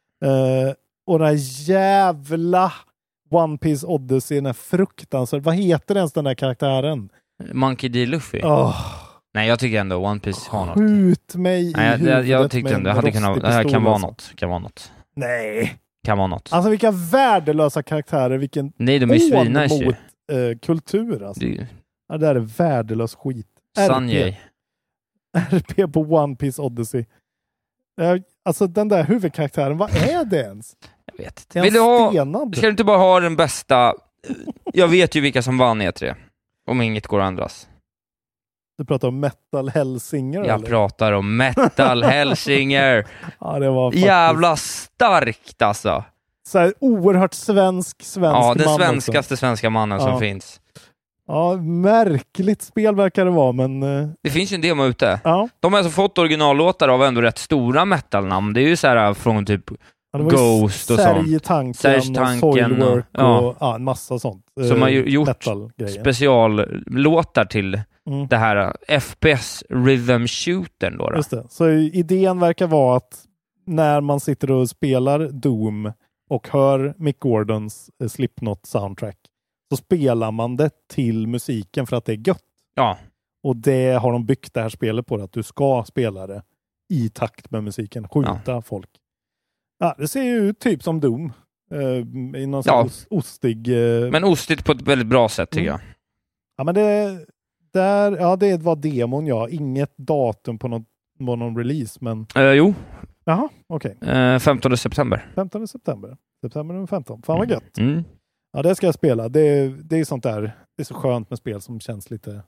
Speaker 9: Och den här jävla One Piece Odyssey, den här fruktansvärd. Vad heter ens den där karaktären?
Speaker 8: Monkey D. Luffy. Nej, jag tycker ändå One Piece har något.
Speaker 9: Skjut mig i huvudet.
Speaker 8: Jag tyckte ändå det här kan vara något.
Speaker 9: Nej.
Speaker 8: Kan vara något.
Speaker 9: Alltså vilka värdelösa karaktärer. Vilken
Speaker 8: de är svinnice
Speaker 9: mot kultur alltså. Det där är värdelös skit.
Speaker 8: Sanjay.
Speaker 9: RP på One Piece Odyssey. Alltså den där huvudkaraktären, vad är det ens?
Speaker 8: Jag vet inte. Ska du inte bara ha den bästa? Jag vet ju vilka som vann E3. Om inget går att ändras.
Speaker 9: Du pratar om Metal Hellsinger?
Speaker 8: Jag pratar om Metal Hellsinger.
Speaker 9: Ja, det var faktiskt...
Speaker 8: Jävla starkt alltså.
Speaker 9: Så här, oerhört svensk man.
Speaker 8: Den svenskaste svenska mannen som finns.
Speaker 9: Ja, märkligt spel verkar det vara, men...
Speaker 8: Det finns ju en demo ute. Ja. De har alltså fått originallåtar av ändå rätt stora metalnamn. Det är ju så här från typ Ghost och sånt.
Speaker 9: Serge-tanken, Soilwork och en massa sånt.
Speaker 8: Som har gjort speciallåtar till det här FPS Rhythm Shootern då.
Speaker 9: Just det. Så idén verkar vara att när man sitter och spelar Doom och hör Mick Gordons Slipknot soundtrack, så spelar man det till musiken för att det är gött.
Speaker 8: Ja.
Speaker 9: Och det har de byggt det här spelet på, att du ska spela det i takt med musiken. Skjuta folk. Ja, det ser ju ut typ som Doom. I någon ostig...
Speaker 8: Men ostigt på ett väldigt bra sätt tycker jag.
Speaker 9: Ja, men det var demon, ja. Inget datum på någon release, men...
Speaker 8: Jo.
Speaker 9: Jaha, okej.
Speaker 8: 15 september.
Speaker 9: 15 september. September nummer 15. Fan vad gött.
Speaker 8: Mm.
Speaker 9: Ja, det ska jag spela. Det är sånt där. Det är så skönt med spel som känns lite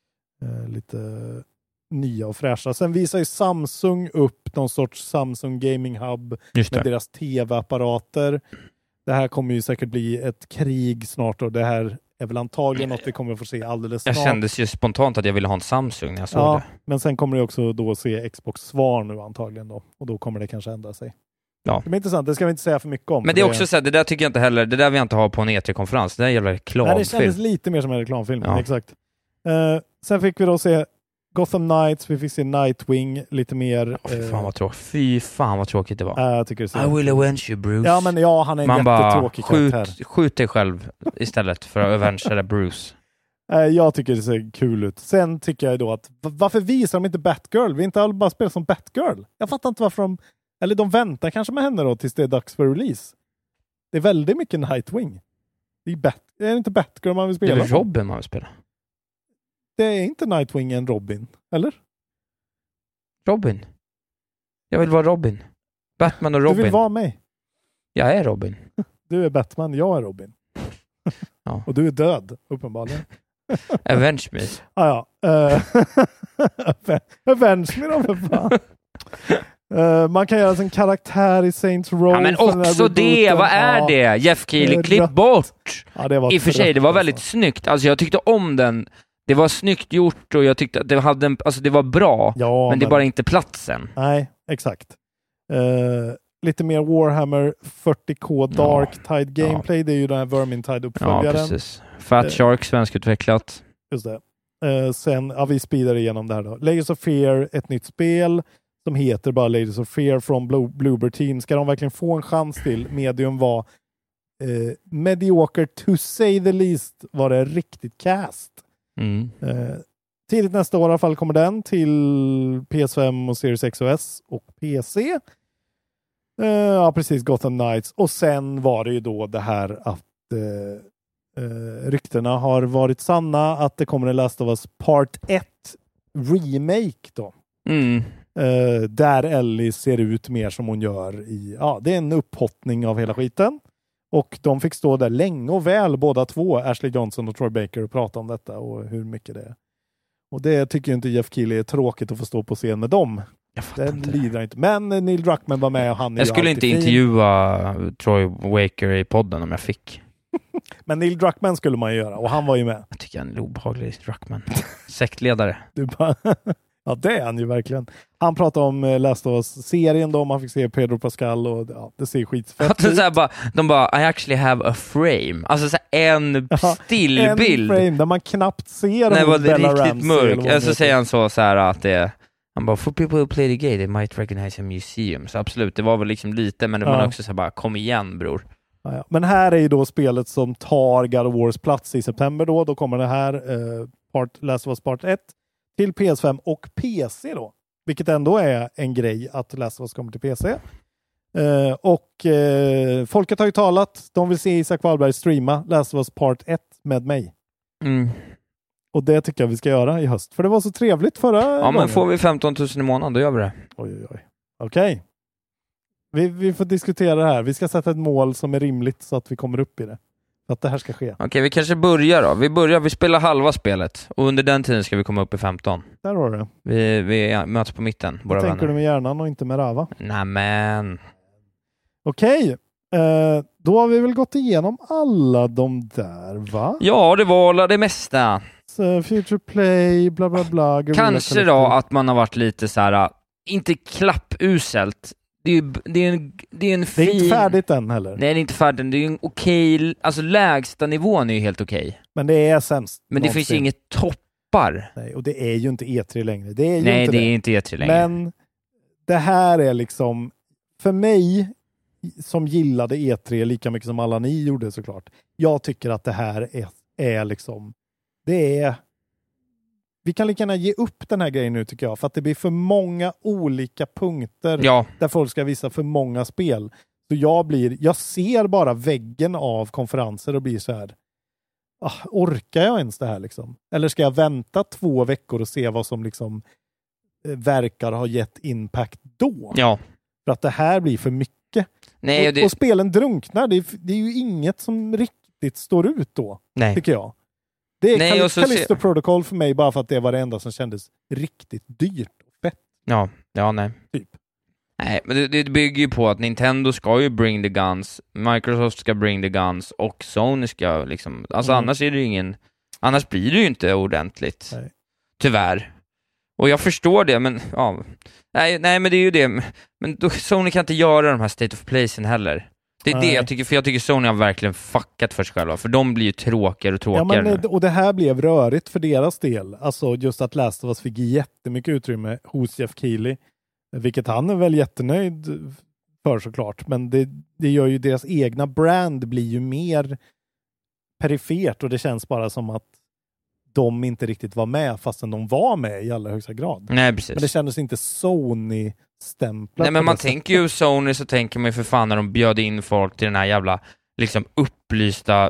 Speaker 9: nya och fräscha. Sen visar ju Samsung upp någon sorts Samsung Gaming Hub med deras tv-apparater. Det här kommer ju säkert bli ett krig snart, och det här är väl antagligen något vi kommer att få se alldeles snart.
Speaker 8: Jag kändes ju spontant att jag ville ha en Samsung när jag såg det.
Speaker 9: Men sen kommer det också då se Xbox svar nu antagligen då. Och då kommer det kanske ändra sig.
Speaker 8: Ja.
Speaker 9: Det är intressant, det ska vi inte säga för mycket om.
Speaker 8: Men det är också så här, det där tycker jag inte heller, det där vill jag inte ha på en E3-konferens. Det där är jävla reklamfilm.
Speaker 9: Nej, det kändes lite mer som en reklamfilm, exakt. Sen fick vi då se Gotham Knights, vi fick se Nightwing lite mer.
Speaker 8: Fy fan vad tråkigt det var.
Speaker 9: Jag tycker det
Speaker 8: I will avenge you, Bruce.
Speaker 9: Han är en jättetråkig karaktär.
Speaker 8: Skjut dig själv istället för att avengea Bruce.
Speaker 9: Jag tycker det ser kul ut. Sen tycker jag då att varför visar de inte Batgirl? Vi inte alla bara spelar som Batgirl. Jag fattar inte varför de väntar kanske med henne då tills det är dags för release. Det är väldigt mycket Nightwing. Det är inte Batgirl man vill spela.
Speaker 8: Det är Robin man vill spela.
Speaker 9: Det är inte Nightwing en Robin, eller?
Speaker 8: Robin. Jag vill vara Robin. Batman och Robin.
Speaker 9: Du vill vara mig.
Speaker 8: Jag är Robin.
Speaker 9: Du är Batman, jag är Robin.
Speaker 8: Ja.
Speaker 9: Och du är död, uppenbarligen.
Speaker 8: Avenge me.
Speaker 9: Avenge me då, för fan. Man kan göra en karaktär i Saints Row.
Speaker 8: Ja, men också det, vad är det? Jeff Keighley, klipp bort.
Speaker 9: Ja, det var
Speaker 8: i och för sig, det var väldigt snyggt. Alltså jag tyckte om den. Det var snyggt gjort och jag tyckte att det var bra. Ja, men det är bara inte platsen.
Speaker 9: Nej, exakt. Lite mer Warhammer 40K Dark Tide Gameplay. Det är ju den här Vermintide-uppföljaren.
Speaker 8: Ja, precis. Fat Shark, svenskutvecklat.
Speaker 9: Just det. Sen, vi speedar igenom det här då. Layers of Fear, ett nytt spel som heter bara Layers of Fear från Bloober Team. Ska de verkligen få en chans till? Medium var mediocre to say the least, var det riktigt cast. Tidigt nästa år i alla fall kommer den till PS5 och Series X och S och PC. Precis, Gotham Knights. Och sen var det ju då det här att ryktena har varit sanna att det kommer en Last of Us Part 1 remake då. Där Ellie ser ut mer som hon gör i... Ja, det är en upphottning av hela skiten. Och de fick stå där länge och väl, båda två, Ashley Johnson och Troy Baker, och prata om detta och hur mycket det är. Och det tycker ju inte Jeff Keighley är tråkigt att få stå på scen med dem. Det lider inte. Men Neil Druckmann var med och han är
Speaker 8: jag skulle inte intervjua Troy Baker i podden om jag fick.
Speaker 9: Men Neil Druckmann skulle man ju göra och han var ju med.
Speaker 8: Jag tycker han är obehaglig, Druckmann. Sektledare.
Speaker 9: Du bara... Ja, det är han ju verkligen. Han pratade om Last of Us-serien då, man fick se Pedro Pascal och det ser skitfett ut.
Speaker 8: De bara, I actually have a frame. Alltså så en stillbild.
Speaker 9: En frame där man knappt ser
Speaker 8: när det var riktigt mörk. Så säger han så här att det... Han bara, for people who play the game, they might recognize a museum. Så absolut, det var väl liksom lite, men man också så bara, kom igen bror.
Speaker 9: Ja. Men här är ju då spelet som tar God of Wars plats i september då. Då kommer det här Last of Us Part 1 till PS5 och PC då. Vilket ändå är en grej att Last of Us kommer till PC. Folket har ju talat. De vill se Isak Wahlberg streama Last of Us Part 1 med mig. Och det tycker jag vi ska göra i höst. För det var så trevligt förra gången.
Speaker 8: Men får vi 15 000 i månaden, då gör vi det.
Speaker 9: Oj. Okej. Vi får diskutera det här. Vi ska sätta ett mål som är rimligt så att vi kommer upp i det. Så att det här ska ske.
Speaker 8: Okej, vi kanske börjar då. Vi spelar halva spelet. Och under den tiden ska vi komma upp i 15.
Speaker 9: Där var det.
Speaker 8: Vi möts på mitten, våra vänner.
Speaker 9: Tänker du med hjärnan och inte med rava?
Speaker 8: Nämen.
Speaker 9: Okej. Då har vi väl gått igenom alla de där, va?
Speaker 8: Ja, det var det mesta.
Speaker 9: Future Play, bla bla bla.
Speaker 8: Kanske då att man har varit lite så här, inte klappuselt. Det är en fin...
Speaker 9: Det är inte färdigt än heller.
Speaker 8: Nej, det är inte färdigt. Det är en okej... Alltså lägsta nivån är ju helt okej.
Speaker 9: Men det är sämst.
Speaker 8: Men det finns inget toppar.
Speaker 9: Nej, och det är ju inte E3 längre. Det är ju
Speaker 8: Nej,
Speaker 9: inte
Speaker 8: det är inte E3 längre.
Speaker 9: Men det här är liksom... För mig, som gillade E3 lika mycket som alla ni gjorde såklart. Jag tycker att det här är liksom... Det är... Vi kan lika gärna ge upp den här grejen nu tycker jag. För att det blir för många olika punkter där folk ska visa för många spel. Så jag ser bara väggen av konferenser och blir så här. orkar jag ens det här liksom? Eller ska jag vänta 2 veckor och se vad som liksom verkar ha gett impact då?
Speaker 8: Ja.
Speaker 9: För att det här blir för mycket.
Speaker 8: Nej,
Speaker 9: och spelen drunknar. Det är ju inget som riktigt står ut då, tycker jag. Det är Callisto Protocol för mig bara för att det var det enda som kändes riktigt dyrt och fett.
Speaker 8: Ja, nej.
Speaker 9: Typ.
Speaker 8: Nej, men det bygger ju på att Nintendo ska ju bring the guns, Microsoft ska bring the guns och Sony ska liksom, alltså annars är det ju annars blir det ju inte ordentligt.
Speaker 9: Nej.
Speaker 8: Tyvärr. Och jag förstår det, men nej, men det är ju det. Men då, Sony kan inte göra de här State of Play-en heller. Det är det jag tycker, för jag tycker Sony har verkligen fuckat för sig själva, för de blir ju tråkigare och tråkigare.
Speaker 9: Ja, men, och det här blev rörigt för deras del. Alltså just att Last of Us fick jättemycket utrymme hos Jeff Keighley, vilket han är väl jättenöjd för såklart. Men det gör ju deras egna brand blir ju mer perifert, och det känns bara som att de inte riktigt var med fastän de var med i allra högsta grad.
Speaker 8: Nej, precis.
Speaker 9: Men det kändes inte Sony-stämplat.
Speaker 8: Nej, men man tänker ju Sony, så tänker man ju för fan när de bjöd in folk till den här jävla liksom upplysta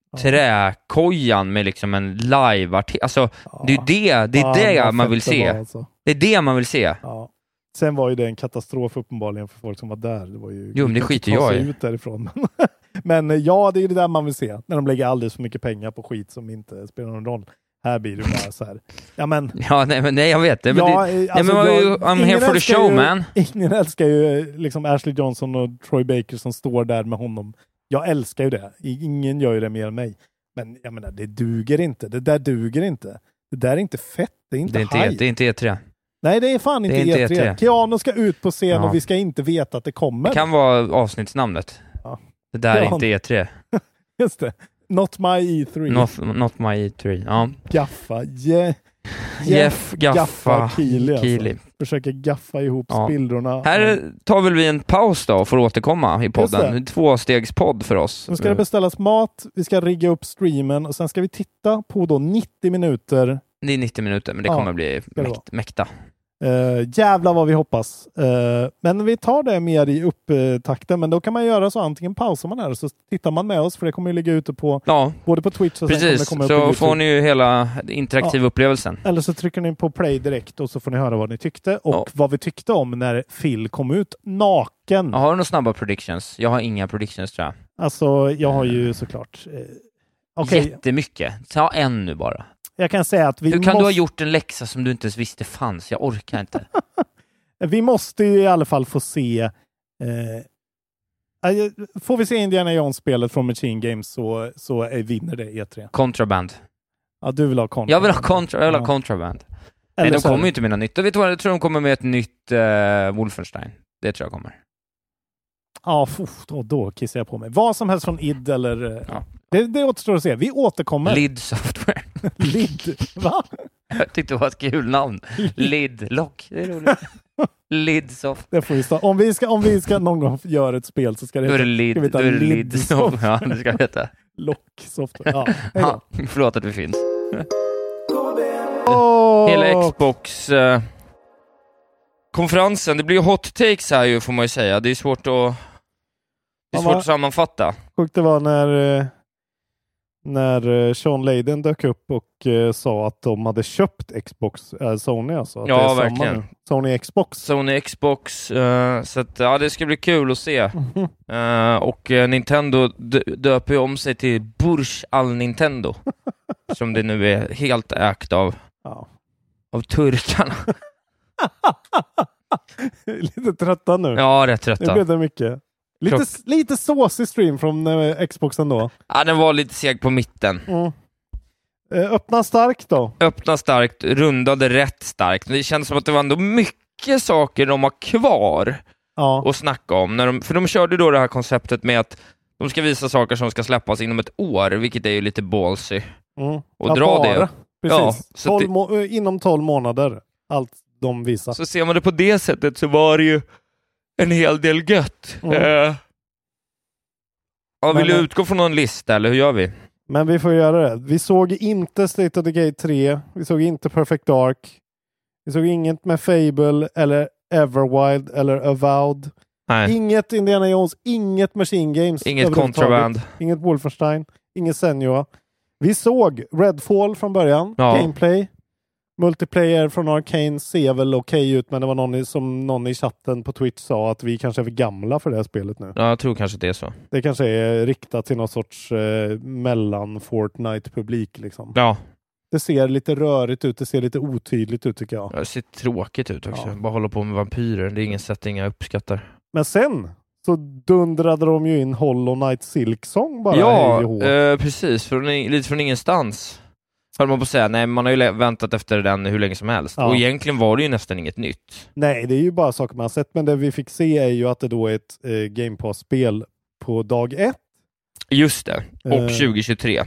Speaker 8: träkojan med liksom en live-artikel. Alltså, det är det man vill se.
Speaker 9: Alltså.
Speaker 8: Det är det man vill se.
Speaker 9: Ja. Sen var ju det en katastrof uppenbarligen för folk som var där. Det var ju...
Speaker 8: Jo, men det skiter jag i.
Speaker 9: Ut därifrån. Men ja, det är det där man vill se. När de lägger alldeles för mycket pengar på skit som inte spelar någon roll. Här blir det bara så här. Ja, men...
Speaker 8: nej, jag vet det. Men I'm here for the show, man.
Speaker 9: Ingen älskar ju liksom Ashley Johnson och Troy Baker som står där med honom. Jag älskar ju det. Ingen gör ju det mer än mig. Men jag menar, det duger inte. Det där duger inte. Det där är inte fett. Det är inte hype.
Speaker 8: Det är inte E3.
Speaker 9: Nej, det är fan inte E3. Keanu ska ut på scen och vi ska inte veta att det kommer.
Speaker 8: Det kan vara avsnittsnamnet. Ja. Det där är inte E3.
Speaker 9: Just det. Not my E3.
Speaker 8: Not my E3, ja.
Speaker 9: Gaffa.
Speaker 8: Jeff Gaffa
Speaker 9: Keighley. Alltså. Försöker gaffa ihop spillrorna.
Speaker 8: Här tar väl vi en paus då för att återkomma i podden. 2-stegspodd för oss.
Speaker 9: Nu ska det beställas mat, vi ska rigga upp streamen och sen ska vi titta på då 90 minuter.
Speaker 8: Det är 90 minuter, men det kommer bli mäkta.
Speaker 9: Jävla vad vi hoppas. Men vi tar det mer i upptakten. Men då kan man göra så, antingen pausar man här så tittar man med oss, för det kommer ju ligga ute på både på Twitch och
Speaker 8: precis,
Speaker 9: sen kommer det
Speaker 8: så
Speaker 9: upp på
Speaker 8: får ni ju hela interaktiva upplevelsen.
Speaker 9: Eller så trycker ni på play direkt och så får ni höra vad ni tyckte och vad vi tyckte om när Phil kom ut naken.
Speaker 8: Har du några snabba predictions? Jag har inga predictions, tror jag.
Speaker 9: Alltså, jag har ju såklart
Speaker 8: jättemycket. Ta en nu bara.
Speaker 9: Jag kan säga att
Speaker 8: Hur kan du ha gjort en läxa som du inte ens visste fanns? Jag orkar inte.
Speaker 9: Vi måste ju i alla fall få se... får vi se Indiana Jones-spelet från Machine Games så vinner det E3.
Speaker 8: Contraband.
Speaker 9: Ja, du vill ha Contraband.
Speaker 8: Jag vill ha Contraband. Nej, de kommer ju inte med något nytt. Jag tror de kommer med ett nytt Wolfenstein. Det tror jag kommer.
Speaker 9: Ja, då kissar jag på mig. Vad som helst från id eller... Ja. Det återstår att se. Vi återkommer.
Speaker 8: Lid Software.
Speaker 9: Lid? Va?
Speaker 8: Jag tyckte det var ett kul namn. Lid Lock. Det är roligt. Lid Software.
Speaker 9: Det får vi stå. Om vi ska någon gång göra ett spel så ska det heta
Speaker 8: Lid Software. Ja, det ska heta.
Speaker 9: Lock Software.
Speaker 8: Ja, förlåt att vi finns. Hela Xbox konferensen, det blir ju hot takes här ju, får man ju säga. Det är svårt att sammanfatta.
Speaker 9: Sjukt det var när Sean Layden dök upp och sa att de hade köpt Xbox, Sony alltså. Att
Speaker 8: ja,
Speaker 9: det är
Speaker 8: verkligen.
Speaker 9: Sony Xbox.
Speaker 8: Så att, det ska bli kul att se. Och Nintendo döper ju om sig till Burj Al Nintendo. Som det nu är helt ägt av turkarna.
Speaker 9: Lite trötta nu.
Speaker 8: Ja, rätt trötta.
Speaker 9: Det blev det mycket. Lite såsig stream från Xboxen då.
Speaker 8: Ja, den var lite seg på mitten.
Speaker 9: Öppna starkt då.
Speaker 8: Öppna starkt, rundade rätt starkt. Det känns som att det var ändå mycket saker de har kvar att snacka om. För de körde då det här konceptet med att de ska visa saker som ska släppas inom ett år, vilket är ju lite ballsy. Och dra det.
Speaker 9: Precis. Ja, inom 12 månader. Allt de visar.
Speaker 8: Så ser man det på det sättet så var det ju en hel del gött. Vill du utgå från någon lista eller hur gör vi?
Speaker 9: Men vi får göra det. Vi såg inte State of Decay 3. Vi såg inte Perfect Dark. Vi såg inget med Fable eller Everwild eller Avowed.
Speaker 8: Nej.
Speaker 9: Inget Indiana Jones, inget Machine Games.
Speaker 8: Inget Contraband.
Speaker 9: Inget Wolfenstein, inget Senua. Vi såg Redfall från början, gameplay. Multiplayer från Arcane ser väl okej ut, men det var någon i chatten på Twitch sa att vi kanske är för gamla för det här spelet nu.
Speaker 8: Ja, jag tror kanske det är så.
Speaker 9: Det kanske är riktat till någon sorts mellan Fortnite-publik liksom.
Speaker 8: Ja.
Speaker 9: Det ser lite rörigt ut, det ser lite otydligt ut tycker jag.
Speaker 8: Det ser tråkigt ut också. Bara hålla på med vampyrer, det är ingen setting jag uppskattar.
Speaker 9: Men sen så dundrade de ju in Hollow Knight Silksong bara.
Speaker 8: Ja, precis. Lite från ingenstans. För man på säga, nej, man har ju väntat efter den hur länge som helst. Och egentligen var det ju nästan inget nytt.
Speaker 9: Nej, det är ju bara saker man har sett. Men det vi fick se är ju att det då är ett Game Pass-spel på dag 1.
Speaker 8: Just det. Och 2023.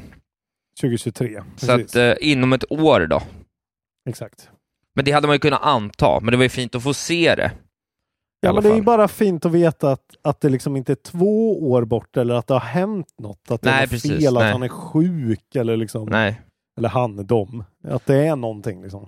Speaker 9: 2023.
Speaker 8: Så att inom ett år då.
Speaker 9: Exakt.
Speaker 8: Men det hade man ju kunnat anta. Men det var ju fint att få se det.
Speaker 9: Ja, men det är ju bara fint att veta att det liksom inte är 2 år bort eller att det har hänt något. Att det är fel, att han är sjuk eller liksom. Nej. Eller att det är någonting liksom.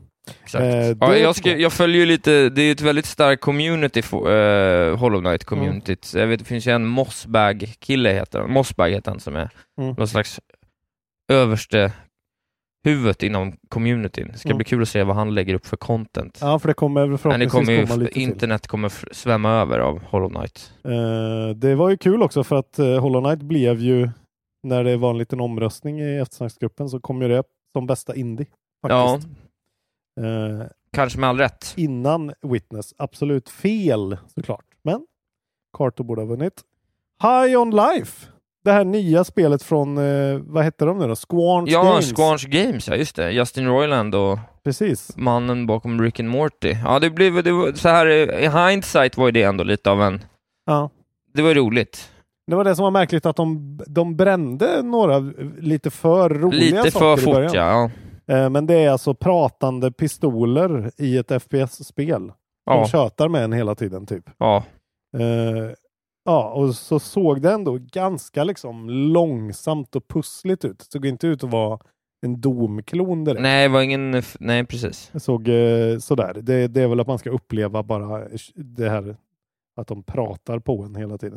Speaker 8: Exakt. Jag följer ju lite, det är ett väldigt starkt community Hollow Knight communityt. Jag vet, det finns ju en Mossbag-kille heter han som är någon slags överste huvudet inom communityn. Det ska bli kul att se vad han lägger upp för content.
Speaker 9: Ja, för det kommer förhoppningsvis komma lite
Speaker 8: internet till. Kommer svämma över av Hollow Knight.
Speaker 9: Det var ju kul också för att Hollow Knight blev ju, när det var en liten omröstning i eftersnacksgruppen så kom ju det som bästa indie faktiskt.
Speaker 8: Ja. Kanske med all rätt.
Speaker 9: Innan Witness. Absolut fel såklart. Men Carto borde ha vunnit. High on Life. Det här nya spelet från, vad heter de nu då? Squanch Games.
Speaker 8: Ja, Squanch Games, ja just det. Justin Roiland och mannen bakom Rick and Morty. Ja, det var så här i hindsight var ju det ändå lite av en... Ja. Det var roligt.
Speaker 9: Det var det som var märkligt att de brände några lite för roliga saker i början. Lite för fort, ja. Men det är alltså pratande pistoler i ett FPS-spel. De tjötar med en hela tiden typ.
Speaker 8: Ja.
Speaker 9: Ja, och så såg det ändå ganska liksom långsamt och pussligt ut. Det såg inte ut att vara en domklon direkt.
Speaker 8: Nej, det var ingen... Nej, precis.
Speaker 9: Det såg sådär. Det är väl att man ska uppleva bara det här att de pratar på en hela tiden.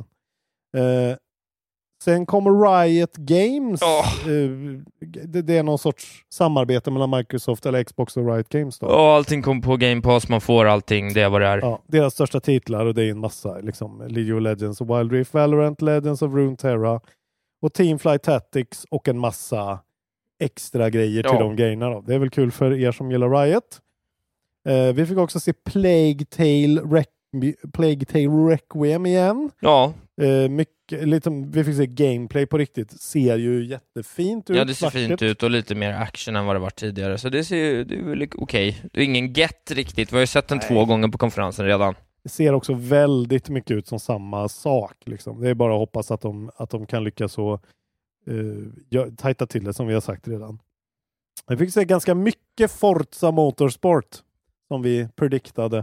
Speaker 9: Sen kommer Riot Games. Det är någon sorts samarbete mellan Microsoft eller Xbox och Riot Games då.
Speaker 8: Allting kommer på Game Pass, man får allting, det är vad det är.
Speaker 9: Ja, deras största titlar och det är en massa liksom League of Legends och Wild Rift, Valorant, Legends of Runeterra och Teamflight Tactics och en massa extra grejer till de grejerna då. Det är väl kul för er som gillar Riot. Vi fick också se Plague Tale Requiem igen.
Speaker 8: Ja.
Speaker 9: Vi fick se gameplay på riktigt. Ser ju jättefint ut.
Speaker 8: Ja, det ser fint ut och lite mer action än vad det var tidigare. Så det är väl okej. Det är ingen get riktigt. Vi har ju sett den 2 gånger på konferensen redan.
Speaker 9: Det ser också väldigt mycket ut som samma sak. Liksom. Det är bara att hoppas att de kan lyckas så tajta till det som vi har sagt redan. Vi fick se ganska mycket Forza Motorsport som vi prediktade.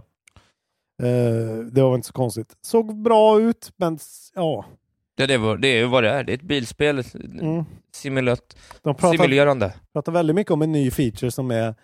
Speaker 9: Det var inte så konstigt. Såg bra ut, men ja.
Speaker 8: Det är ju vad det är. Det är ett bilspel. Simulerande.
Speaker 9: De pratar väldigt mycket om en ny feature som är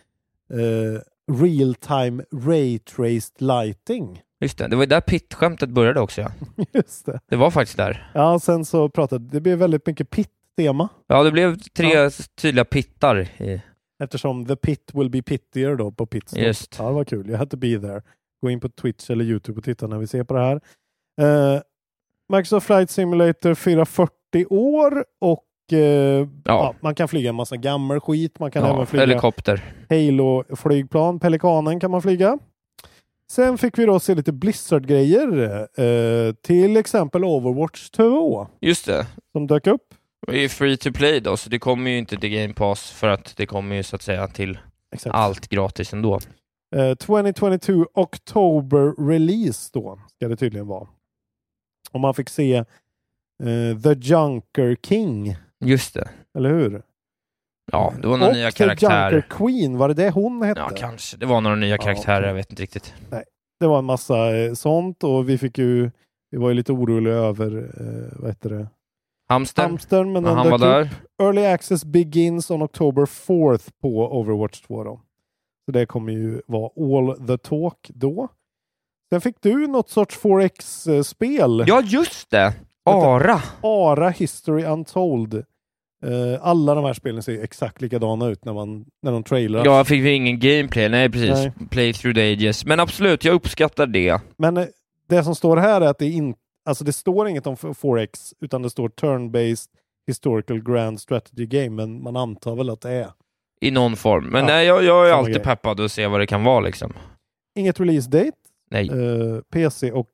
Speaker 9: real-time ray-traced lighting.
Speaker 8: Just det. Det var där pit-skämtet började också, ja.
Speaker 9: Just det.
Speaker 8: Det var faktiskt där.
Speaker 9: Ja, sen så det blev väldigt mycket pit-tema.
Speaker 8: Ja, det blev 3 tydliga pittar.
Speaker 9: Eftersom the pit will be pittier då på pitstop.
Speaker 8: Just.
Speaker 9: Ja, det var kul. Jag hade to be there. Gå in på Twitch eller YouTube och titta när vi ser på det här. Microsoft Flight Simulator 440 år och man kan flyga en massa gammal skit. Man kan även flyga
Speaker 8: helikopter.
Speaker 9: Halo-flygplan. Pelikanen kan man flyga. Sen fick vi då se lite Blizzard-grejer. Till exempel Overwatch 2.
Speaker 8: Just det.
Speaker 9: Som dök upp.
Speaker 8: Det är free to play då, så det kommer ju inte till Game Pass för att det kommer ju så att säga till allt gratis ändå.
Speaker 9: 2022 October release då ska det tydligen vara. Och man fick se The Junker King.
Speaker 8: Just det.
Speaker 9: Eller hur?
Speaker 8: Ja, det var några nya karaktärer.
Speaker 9: The Junker Queen, var det hon hette?
Speaker 8: Ja, kanske. Det var några nya karaktärer, jag vet inte riktigt.
Speaker 9: Nej, det var en massa sånt och vi var ju lite oroliga över vad heter det?
Speaker 8: Hamster,
Speaker 9: men
Speaker 8: han var där.
Speaker 9: Early access begins on October 4th på Overwatch 2 då. Så det kommer ju vara all the talk då. Sen fick du något sorts 4X-spel.
Speaker 8: Ja, just det! Ara
Speaker 9: History Untold. Alla de här spelen ser exakt likadana ut när de trailar.
Speaker 8: Ja, fick vi ingen gameplay. Nej, precis. Nej. Play through the ages. Men absolut, jag uppskattar det.
Speaker 9: Men det som står här är att det står inget om 4X, utan det står turn-based historical grand strategy game, men man antar väl att det är.
Speaker 8: I någon form. Men nej, jag är alltid peppad att se vad det kan vara liksom.
Speaker 9: Inget release date.
Speaker 8: Nej.
Speaker 9: PC och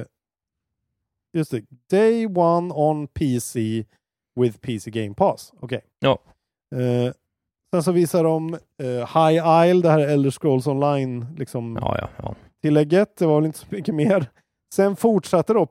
Speaker 9: just det. Day one on PC with PC Game Pass. Okej.
Speaker 8: Ja.
Speaker 9: Sen så visar de High Isle, det här Elder Scrolls Online liksom tillägget. Det var väl inte så mycket mer. Sen fortsätter då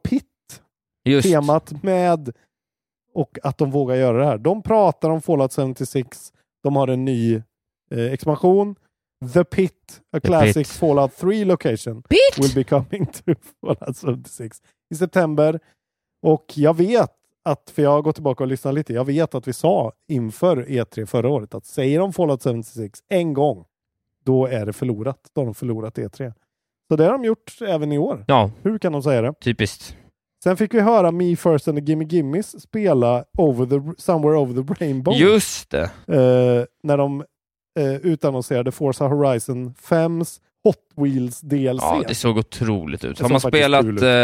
Speaker 9: temat med och att de vågar göra det här. De pratar om Fallout 76. De har en ny expansion. The Pit, a classic Fallout 3 location will be coming to Fallout 76 i september. Och jag vet för jag har gått tillbaka och lyssnat lite. Jag vet att vi sa inför E3 förra året att säger de Fallout 76 en gång, då är det förlorat. Då har de förlorat E3. Så det har de gjort även i år.
Speaker 8: Ja.
Speaker 9: Hur kan de säga det?
Speaker 8: Typiskt.
Speaker 9: Sen fick vi höra Me First and the Gimme Gimmes spela Somewhere Over the Rainbow.
Speaker 8: Just det.
Speaker 9: När de utannonserade Forza Horizon 5s Hot Wheels DLC.
Speaker 8: Ja, det såg otroligt ut. Har man spelat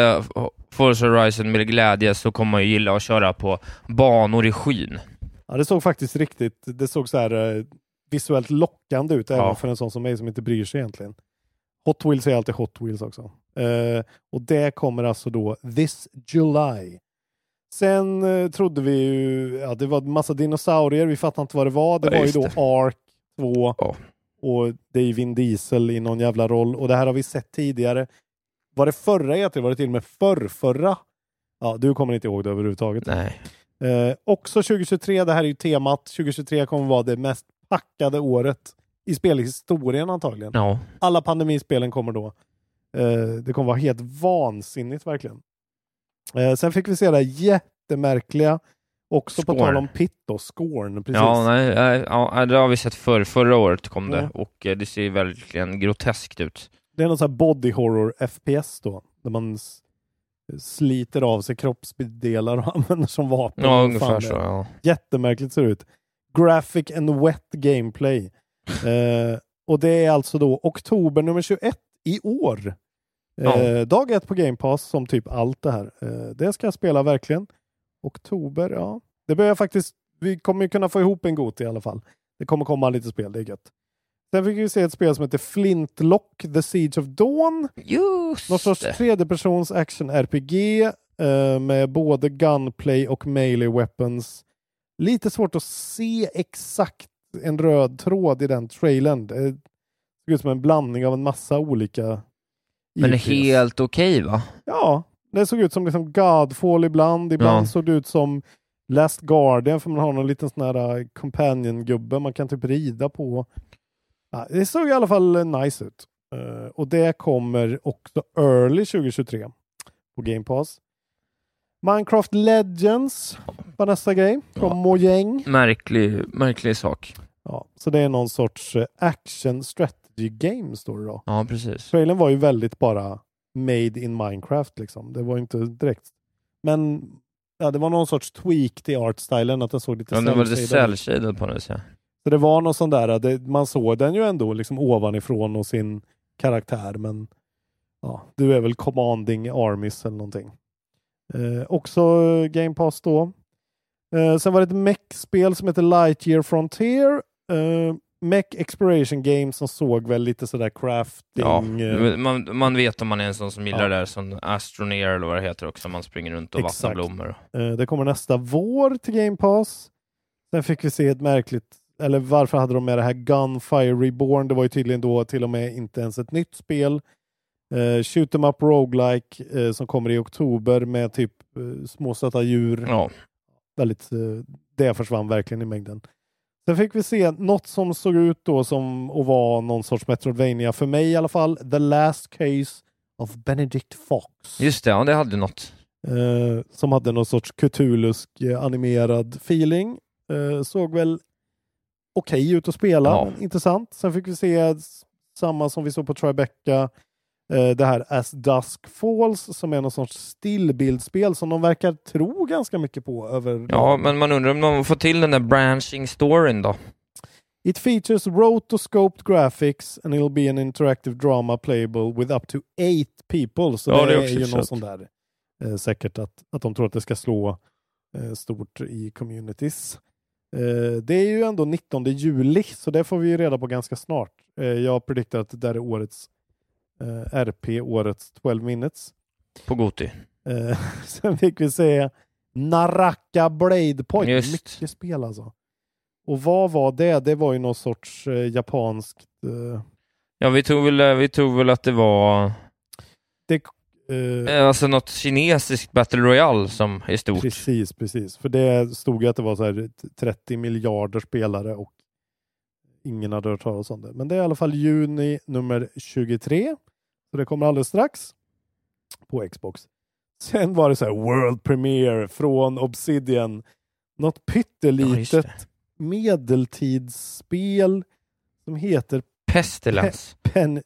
Speaker 8: Forza Horizon med glädje så kommer man ju gilla att köra på banor i skyn.
Speaker 9: Ja, det såg faktiskt det såg så här visuellt lockande ut även för en sån som mig som inte bryr sig egentligen. Hot Wheels är alltid Hot Wheels också. Och det kommer alltså då this July. Sen trodde vi ju, det var en massa dinosaurier, vi fattade inte vad det var. Det var ju då Ark 2 och det är Vin Diesel i någon jävla roll. Och det här har vi sett tidigare. Var det förra E3? Var det till och med förra? Ja, du kommer inte ihåg det överhuvudtaget.
Speaker 8: Nej.
Speaker 9: Också 2023, det här är ju temat. 2023 kommer vara det mest packade året i spelhistorien antagligen.
Speaker 8: Ja.
Speaker 9: Alla pandemispelen kommer då. Det kommer vara helt vansinnigt verkligen. Sen fick vi se det jättemärkliga också
Speaker 8: Scorn.
Speaker 9: På tal om Pit och Scorn. Precis.
Speaker 8: Ja, det har vi sett förra året kom det. Och det ser verkligen groteskt ut.
Speaker 9: Det är någon sån här body horror FPS då. Där man sliter av sig kroppsdelar och använder som vapen.
Speaker 8: Ja, ungefär så. Ja.
Speaker 9: Jättemärkligt ser det ut. Graphic and wet gameplay. Och det är alltså då oktober nummer 21 i år. Dag 1 på Game Pass som typ allt det här. Det ska jag spela verkligen. Oktober, ja. Det börjar faktiskt, vi kommer ju kunna få ihop en god i alla fall. Det kommer komma lite spel, det är gött. Sen fick vi se ett spel som heter Flintlock, The Siege of Dawn.
Speaker 8: Just
Speaker 9: någon sorts tredjepersons action-RPG med både gunplay och melee weapons. Lite svårt att se exakt en röd tråd i den trailern. Det ser ut som en blandning av en massa olika
Speaker 8: Men det är helt okej, va?
Speaker 9: Ja, det såg ut som liksom Godfall ibland såg det ut som Last Guardian, för man har någon liten sån här companion-gubbe man kan typ rida på. Ja, det såg i alla fall nice ut. Och det kommer också early 2023 på Game Pass. Minecraft Legends var nästa grej från Mojang.
Speaker 8: Märklig sak.
Speaker 9: Ja, så det är någon sorts action strategy game står det då.
Speaker 8: Ja, precis.
Speaker 9: Trailern var ju väldigt bara made in Minecraft liksom. Det var inte direkt. Men ja, det var någon sorts tweak till artstylen att den såg lite
Speaker 8: det var lite cell-shaded på det.
Speaker 9: Så det var någon sån där, man såg den ju ändå liksom ovanifrån och sin karaktär, men ja, du är väl commanding armies eller någonting. Också Game Pass då. Sen var det ett mech-spel som heter Lightyear Frontier. Mech Exploration Game som såg väl lite sådär crafting.
Speaker 8: Ja, man vet om man är en sån som gillar det där som Astroneer eller vad det heter också. Man springer runt och vattnar blommor.
Speaker 9: Det kommer nästa vår till Game Pass. Sen fick vi se ett märkligt, eller varför hade de med det här Gunfire Reborn? Det var ju tydligen då till och med inte ens ett nytt spel. Shoot 'em up roguelike som kommer i oktober med typ småstötta djur.
Speaker 8: Ja.
Speaker 9: Väldigt, det försvann verkligen i mängden. Sen fick vi se något som såg ut då som att vara någon sorts Metroidvania för mig i alla fall. The Last Case of Benedict Fox.
Speaker 8: Just det, ja, det hade något.
Speaker 9: Som hade någon sorts Cthulhusk animerad feeling. Såg väl okej ut att spela. Ja. Intressant. Sen fick vi se samma som vi såg på Tribeca. Det här As Dusk Falls som är någon sorts stillbildspel som de verkar tro ganska mycket på.
Speaker 8: Ja, men man undrar om de får till den där branching storyn då.
Speaker 9: It features rotoscoped graphics and it'll be an interactive drama playable with up to 8 people. Så ja, det är ju någon sån där säkert att de tror att det ska slå stort i communities. Det är ju ändå 19 juli så det får vi ju reda på ganska snart. Jag prediktar att det där är årets RP, årets 12 minutes.
Speaker 8: På Goti.
Speaker 9: Sen fick vi se Naraka Blade Point.
Speaker 8: Just.
Speaker 9: Mycket spel alltså. Och vad var det? Det var ju någon sorts japanskt...
Speaker 8: Ja, vi tror väl att det var... alltså något kinesiskt Battle Royale som är stort.
Speaker 9: Precis. För det stod ju att det var så här 30 miljarder spelare och ingen hade hört talas om det. Men det är i alla fall juni nummer 23. Så det kommer alldeles strax på Xbox. Sen var det så här World Premiere från Obsidian. Något pyttelitet medeltidsspel som heter
Speaker 8: Pestilence.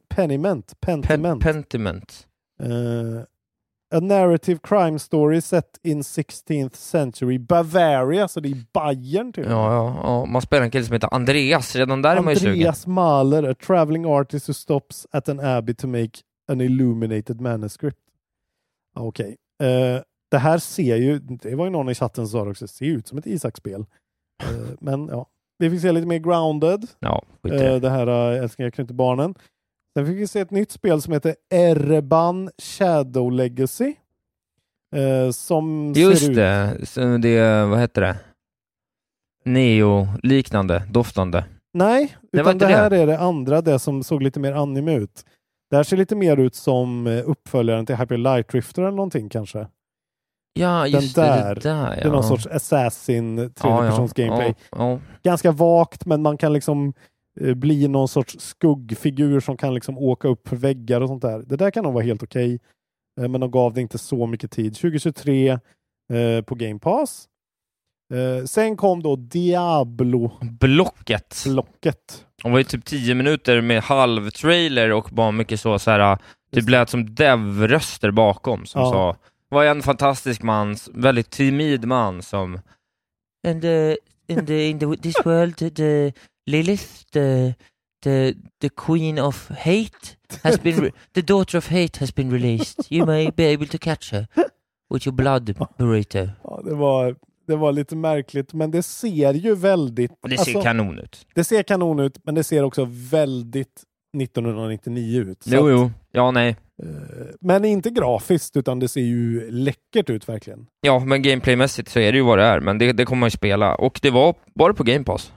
Speaker 9: Pentiment. A narrative crime story set in 16th century Bavaria, så det är Bayern till.
Speaker 8: Ja, man spelar en kille som heter Andreas, redan där är man ju sugen.
Speaker 9: Andreas Mahler, a traveling artist who stops at an abbey to make an illuminated manuscript. Okej. Det här ser ju, det var ju någon i chatten som sa också, ser ut som ett Isak-spel. Men ja, vi fick se lite mer grounded.
Speaker 8: Ja,
Speaker 9: det här älskar jag inte barnen. Sen fick vi se ett nytt spel som heter Ereban Shadow Legacy. Som
Speaker 8: just
Speaker 9: ser
Speaker 8: det, ut... det, vad heter det? Neo-liknande, doftande.
Speaker 9: Nej, utan det här är det andra, det som såg lite mer anime ut. Det här ser lite mer ut som uppföljaren till Hyper Light Drifter eller någonting kanske.
Speaker 8: Ja, just
Speaker 9: det
Speaker 8: där.
Speaker 9: Det är någon sorts assassin tredjepersons gameplay.
Speaker 8: Ja.
Speaker 9: Ganska vagt, men man kan liksom bli någon sorts skuggfigur som kan liksom åka upp för väggar och sånt där. Det där kan nog vara helt okej. Men de gav det inte så mycket tid. 2023 på Game Pass. Sen kom då Diablo.
Speaker 8: Blocket. Det var ju typ 10 minuter med halv-trailer och bara mycket så här, typ lät som dev-röster bakom som sa, var en fantastisk man, väldigt timid man som in this world the Lilith the queen of hate has been the daughter of hate has been released. You may be able to catch her with your blood burrito.
Speaker 9: Ja, det var lite märkligt, men det ser ju väldigt...
Speaker 8: Det ser kanon ut.
Speaker 9: Det ser kanon ut, men det ser också väldigt 1999 ut.
Speaker 8: Jo. Ja, nej.
Speaker 9: Men inte grafiskt, utan det ser ju läckert ut verkligen.
Speaker 8: Ja, men gameplaymässigt så är det ju vad det är, men det kommer man ju spela. Och det var bara på Game Pass.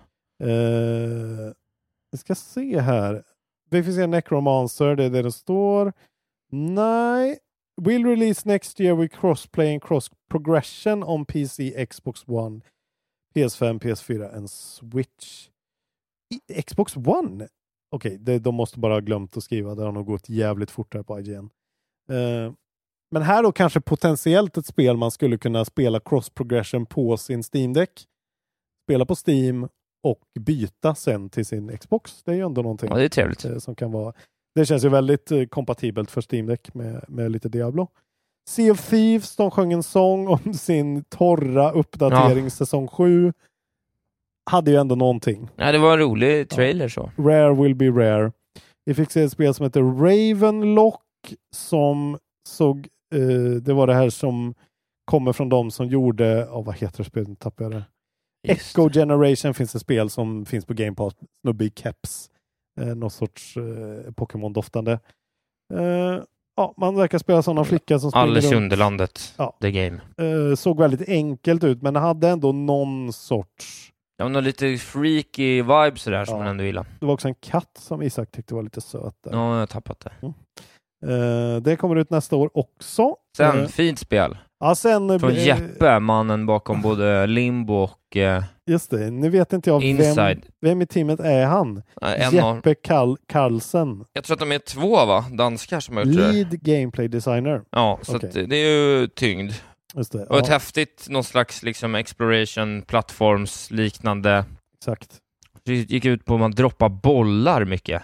Speaker 9: Vi ska se här. Vi får se Necromancer, det är det står. Nej. Will release next year with crossplay and cross progression on PC, Xbox One, PS5, PS4 and Switch. Xbox One? Okej, de måste bara ha glömt att skriva. Det har nog gått jävligt fort här på IGN. Men här då kanske potentiellt ett spel man skulle kunna spela cross progression på sin Steam Deck. Spela på Steam och byta sen till sin Xbox. Det är ju ändå någonting.
Speaker 8: Ja, det är trevligt.
Speaker 9: Som kan vara... Det känns ju väldigt kompatibelt för Steam Deck med lite Diablo. Sea of Thieves, de sjöng en sång om sin torra uppdatering säsong 7. Hade ju ändå någonting.
Speaker 8: Ja, det var en rolig trailer så.
Speaker 9: Rare will be rare. Vi fick se ett spel som heter Ravenlock som såg... det var det här som kommer från de som gjorde... vad heter det spelet? Tappade jag det. Echo Generation finns ett spel som finns på Game Pass. Snubbe i keps. Någon sorts Pokémon-doftande. Man verkar spela sådana flickor som springer
Speaker 8: Alice
Speaker 9: runt.
Speaker 8: Underlandet, the game.
Speaker 9: Såg väldigt enkelt ut, men det hade ändå någon sorts...
Speaker 8: Ja, någon lite freaky vibe sådär som man ändå gillar.
Speaker 9: Det var också en katt som Isak tyckte var lite söt där.
Speaker 8: Ja, jag har tappat det.
Speaker 9: Det kommer ut nästa år också.
Speaker 8: Sen, fint spel.
Speaker 9: Ja, sen...
Speaker 8: Från Jeppe, mannen bakom både Limbo och...
Speaker 9: Just det, nu vet inte jag vem i teamet är han. Jeppe Karlsen.
Speaker 8: Jag tror att de är 2 va? Danskar som har gjort det.
Speaker 9: Lead Gameplay Designer.
Speaker 8: Ja, så att det är ju tyngd.
Speaker 9: Just det,
Speaker 8: och ett häftigt, någon slags liksom exploration, plattforms liknande.
Speaker 9: Exakt.
Speaker 8: Det gick ut på att man droppar bollar mycket.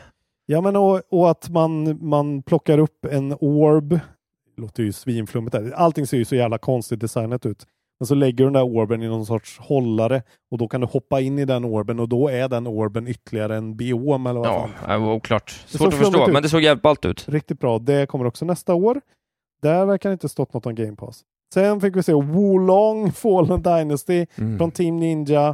Speaker 9: Ja, men och att man plockar upp en orb. Det låter ju svinflummigt där. Allting ser ju så jävla konstigt designat ut. Men så lägger du den där orben i någon sorts hållare och då kan du hoppa in i den orben och då är den orben ytterligare en biom eller vad fan.
Speaker 8: Ja, oklart. Svårt att förstå, men det såg jävligt ballt ut.
Speaker 9: Riktigt bra. Det kommer också nästa år. Där verkar det inte stått något om Game Pass. Sen fick vi se Wolong Fallen Dynasty från Team Ninja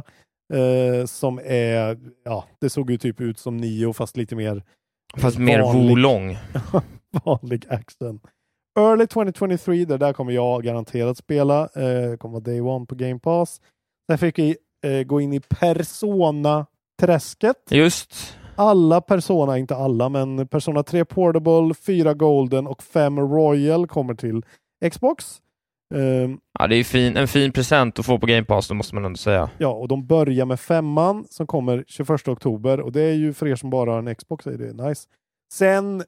Speaker 9: som är, ja, det såg ju typ ut som Nio fast lite mer
Speaker 8: mer Wolong.
Speaker 9: vanlig action. Early 2023, där kommer jag garanterat spela. Kommer vara Day One på Game Pass. Sen fick vi gå in i Persona-träsket.
Speaker 8: Just.
Speaker 9: Alla Persona, inte alla, men Persona 3 Portable, 4 Golden och 5 Royal kommer till Xbox.
Speaker 8: Ja, det är en fin present att få på Game Pass, det måste man ändå säga.
Speaker 9: Ja, och de börjar med 5:an som kommer 21 oktober. Och det är ju för er som bara har en Xbox, är det nice. Sen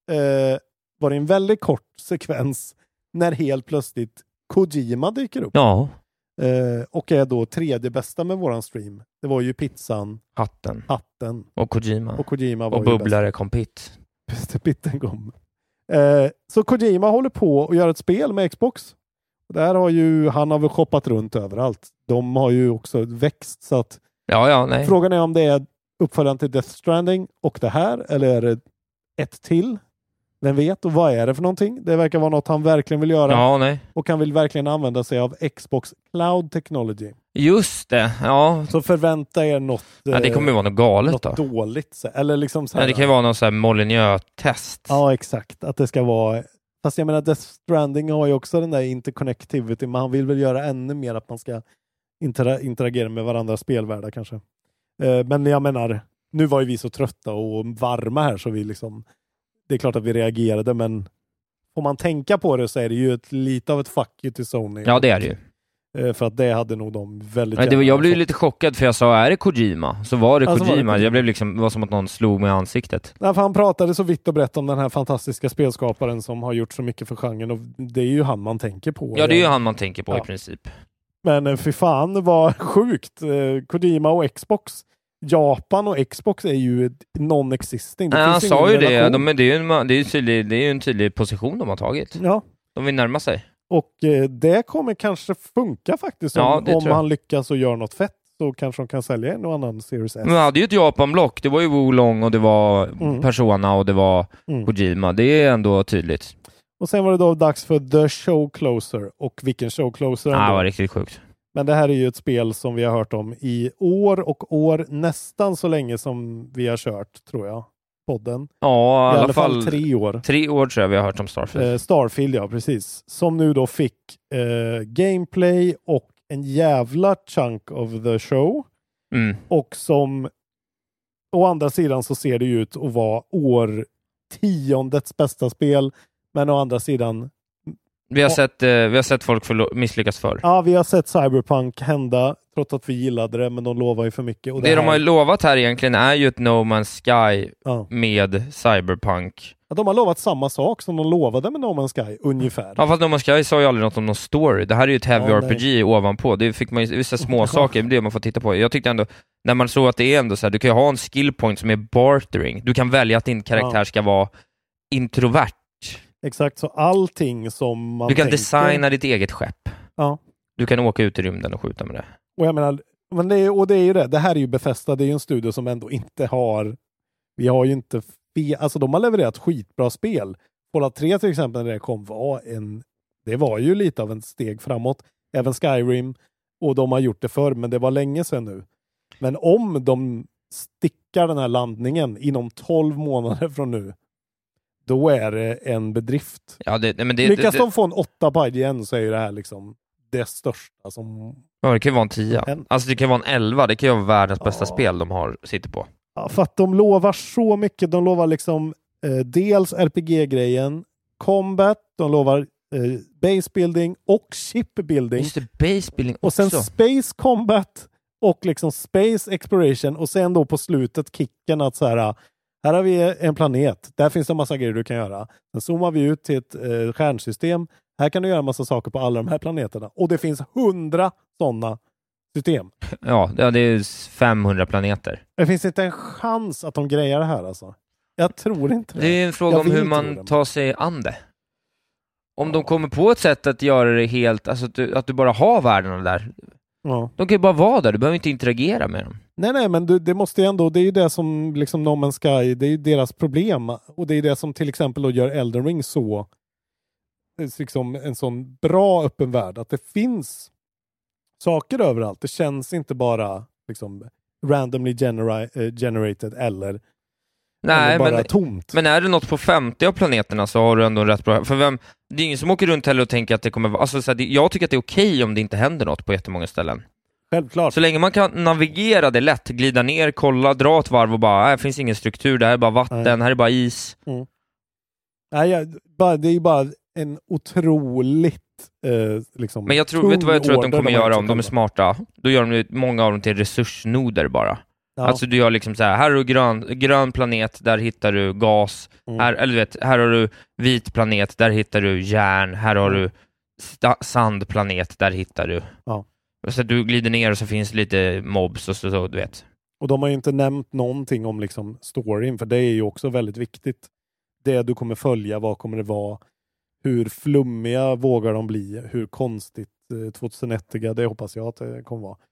Speaker 9: var det en väldigt kort sekvens när helt plötsligt Kojima dyker upp.
Speaker 8: Ja.
Speaker 9: Och är då tredje bästa med våran stream. Det var ju pizzan.
Speaker 8: Hatten.
Speaker 9: Och Kojima var
Speaker 8: och bubblare kom Pitt.
Speaker 9: Pitten kom. Så Kojima håller på att göra ett spel med Xbox. Där har ju, han har väl shoppat runt överallt. De har ju också växt så att
Speaker 8: nej.
Speaker 9: Frågan är om det är uppföljaren till Death Stranding och det här, eller är det ett till? Vem vet, och vad är det för någonting? Det verkar vara något han verkligen vill göra.
Speaker 8: Ja, nej.
Speaker 9: Och han vill verkligen använda sig av Xbox Cloud Technology.
Speaker 8: Just det, ja.
Speaker 9: Så förvänta er något...
Speaker 8: Ja, det kommer ju vara något galet
Speaker 9: något
Speaker 8: då.
Speaker 9: Dåligt. Eller liksom så här,
Speaker 8: det kan ju vara någon så här Molyneux-test.
Speaker 9: Ja, exakt. Att det ska vara... Fast jag menar, Death Stranding har ju också den där interconnectivity, men han vill väl göra ännu mer att man ska interagera med varandras spelvärldar kanske. Men jag menar, nu var ju vi så trötta och varma här så vi liksom... Det är klart att vi reagerade, men om man tänka på det så är det ju lite av ett fuck you till Sony.
Speaker 8: Ja, det är det ju.
Speaker 9: För att det hade nog de väldigt
Speaker 8: gärna. Jag blev lite chockad för jag sa, är det Kojima? Så var det
Speaker 9: alltså
Speaker 8: Kojima.
Speaker 9: Var det
Speaker 8: jag blev liksom, det var som att någon slog mig i ansiktet.
Speaker 9: Nej, för han pratade så vitt och brett om den här fantastiska spelskaparen som har gjort så mycket för genren, och det är ju han man tänker på.
Speaker 8: Ja, det är ju han man tänker på i princip.
Speaker 9: Men för fan, det var sjukt. Kojima och Xbox. Japan och Xbox är ju non-existing.
Speaker 8: Nej, han sa ju det. Det är ju en tydlig position de har tagit.
Speaker 9: Ja.
Speaker 8: De vill närma sig.
Speaker 9: Och det kommer kanske funka faktiskt. Om han lyckas och gör något fett så kanske de kan sälja en och annan Series S.
Speaker 8: Men han hade ju ett Japan-block. Det var ju Wolong och det var Persona och det var Kojima. Det är ändå tydligt.
Speaker 9: Och sen var det då dags för The Show Closer. Och vilken Show Closer?
Speaker 8: Ja, det var riktigt sjukt.
Speaker 9: Men det här är ju ett spel som vi har hört om i år nästan så länge som vi har kört, tror jag, podden.
Speaker 8: Ja,
Speaker 9: i alla fall 3 år.
Speaker 8: 3 år tror jag vi har hört om Starfield.
Speaker 9: Starfield, ja, precis. Som nu då fick gameplay och en jävla chunk of the show. Och som å andra sidan så ser det ju ut att vara årtiondets bästa spel. Men å andra sidan
Speaker 8: vi har sett folk misslyckas för.
Speaker 9: Ja, vi har sett Cyberpunk hända, trots att vi gillade det, men de lovar ju för mycket. Och
Speaker 8: det de har lovat här egentligen är ju ett No Man's Sky med Cyberpunk.
Speaker 9: Ja, de har lovat samma sak som de lovade med No Man's Sky, ungefär.
Speaker 8: Ja, fast No Man's Sky sa ju aldrig något om någon story. Det här är ju ett heavy RPG ovanpå. Det fick man ju vissa små saker, det man får titta på. Jag tyckte ändå, när man tror att det är ändå så här, du kan ju ha en skill point som är bartering. Du kan välja att din karaktär ska vara introvert.
Speaker 9: Exakt, så allting som man
Speaker 8: du kan designa ditt eget skepp.
Speaker 9: Ja.
Speaker 8: Du kan åka ut i rymden och skjuta med det.
Speaker 9: Och jag menar, men det är ju det. Det här är ju Bethesda, det är ju en studio som ändå inte har... Vi har ju inte... Alltså de har levererat skitbra spel. Fallout 3 till exempel, när det kom, det var ju lite av en steg framåt. Även Skyrim. Och de har gjort det förr, men det var länge sedan nu. Men om de stickar den här landningen inom 12 månader från nu, då är det en bedrift.
Speaker 8: Ja,
Speaker 9: lyckas de få en 8 på IGN så är ju det här liksom det största som...
Speaker 8: Ja, det kan ju vara en 10. Alltså det kan vara en 11. Det kan ju vara världens bästa spel de sitter på.
Speaker 9: Ja, för att de lovar så mycket. De lovar liksom dels RPG-grejen, combat, de lovar base building och ship building.
Speaker 8: Just det, base building också.
Speaker 9: Och sen space combat och liksom space exploration, och sen då på slutet kicken att så här har vi en planet. Där finns det en massa grejer du kan göra. Sen zoomar vi ut till ett stjärnsystem. Här kan du göra en massa saker på alla de här planeterna. Och det finns 100 sådana system.
Speaker 8: Ja, det är 500 planeter.
Speaker 9: Det finns inte en chans att de grejar det här alltså. Jag tror inte det.
Speaker 8: Det är en fråga om hur man tar sig an det. Om de kommer på ett sätt att göra det helt, alltså att du bara har värdena där.
Speaker 9: Ja.
Speaker 8: De kan ju bara vara där, du behöver inte interagera med dem.
Speaker 9: Nej, men det måste ju ändå, det är ju det som liksom No Man's Sky, det är ju deras problem. Och det är det som till exempel då gör Elden Ring så liksom en sån bra öppen värld. Att det finns saker överallt. Det känns inte bara liksom randomly generated eller bara tomt.
Speaker 8: Men är det något på 50 av planeterna så har du ändå rätt bra. För det är ingen som åker runt heller och tänker att det kommer vara... Alltså, jag tycker att det är okej om det inte händer något på jättemånga ställen.
Speaker 9: Självklart.
Speaker 8: Så länge man kan navigera det lätt, glida ner, kolla, dra ett varv och bara, det finns ingen struktur, det här är bara vatten, här är bara is.
Speaker 9: Mm. Nej, det är ju bara en otroligt liksom...
Speaker 8: Men jag tror, vet du vad jag tror att de kommer göra om de är smarta? Då gör de många av dem till resursnoder bara. Ja. Alltså du gör liksom så här har du grön planet, där hittar du gas. Här, eller du vet, här har du vit planet, där hittar du järn. Här har du sandplanet, där hittar du.
Speaker 9: Ja.
Speaker 8: Så du glider ner och så finns lite mobs och så du vet.
Speaker 9: Och de har ju inte nämnt någonting om liksom storyn, för det är ju också väldigt viktigt. Det du kommer följa, vad kommer det vara? Hur flummiga vågar de bli? Hur konstigt 2001-iga, det hoppas jag att det kommer vara.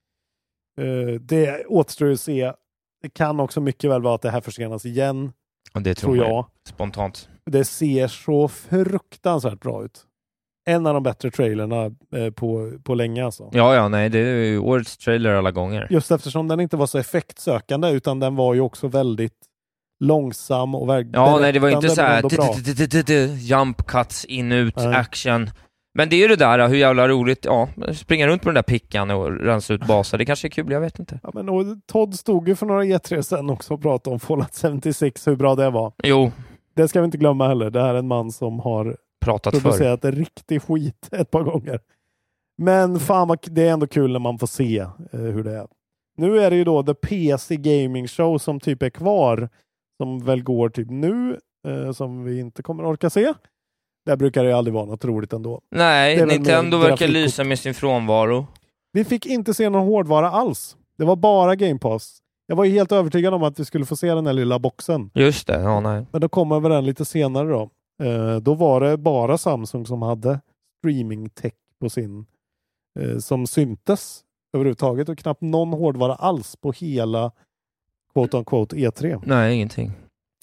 Speaker 9: Det återstår att se. Det kan också mycket väl vara att det här försenas igen.
Speaker 8: Och det tror jag. Spontant.
Speaker 9: Det ser så fruktansvärt bra ut. En av de bättre trailerna på länge alltså.
Speaker 8: Ja, nej, det är ju årets trailer alla gånger.
Speaker 9: Just eftersom den inte var så effektsökande, utan den var ju också väldigt långsam och
Speaker 8: det var inte så här jump cuts in ut action. Men det är ju det där, hur jävla roligt, springa runt på den där pickan och rensa ut baser, det kanske är kul, jag vet inte.
Speaker 9: Ja, men och Todd stod ju för några E3 sen också och pratade om Fallout 76, hur bra det var.
Speaker 8: Jo.
Speaker 9: Det ska vi inte glömma heller, det här är en man som har producerat riktig skit ett par gånger. Men fan, det är ändå kul när man får se hur det är. Nu är det ju då The PC Gaming Show som typ är kvar, som väl går typ nu, som vi inte kommer orka se. Där brukar det ju aldrig vara något roligt ändå.
Speaker 8: Nej, Nintendo verkar lysa med sin frånvaro.
Speaker 9: Vi fick inte se någon hårdvara alls. Det var bara Game Pass. Jag var ju helt övertygad om att vi skulle få se den här lilla boxen.
Speaker 8: Just det, nej.
Speaker 9: Men då kommer väl den lite senare då. Då var det bara Samsung som hade streaming tech på sin som syntes överhuvudtaget, och knappt någon hårdvara alls på hela quote on quote E3.
Speaker 8: Nej, ingenting.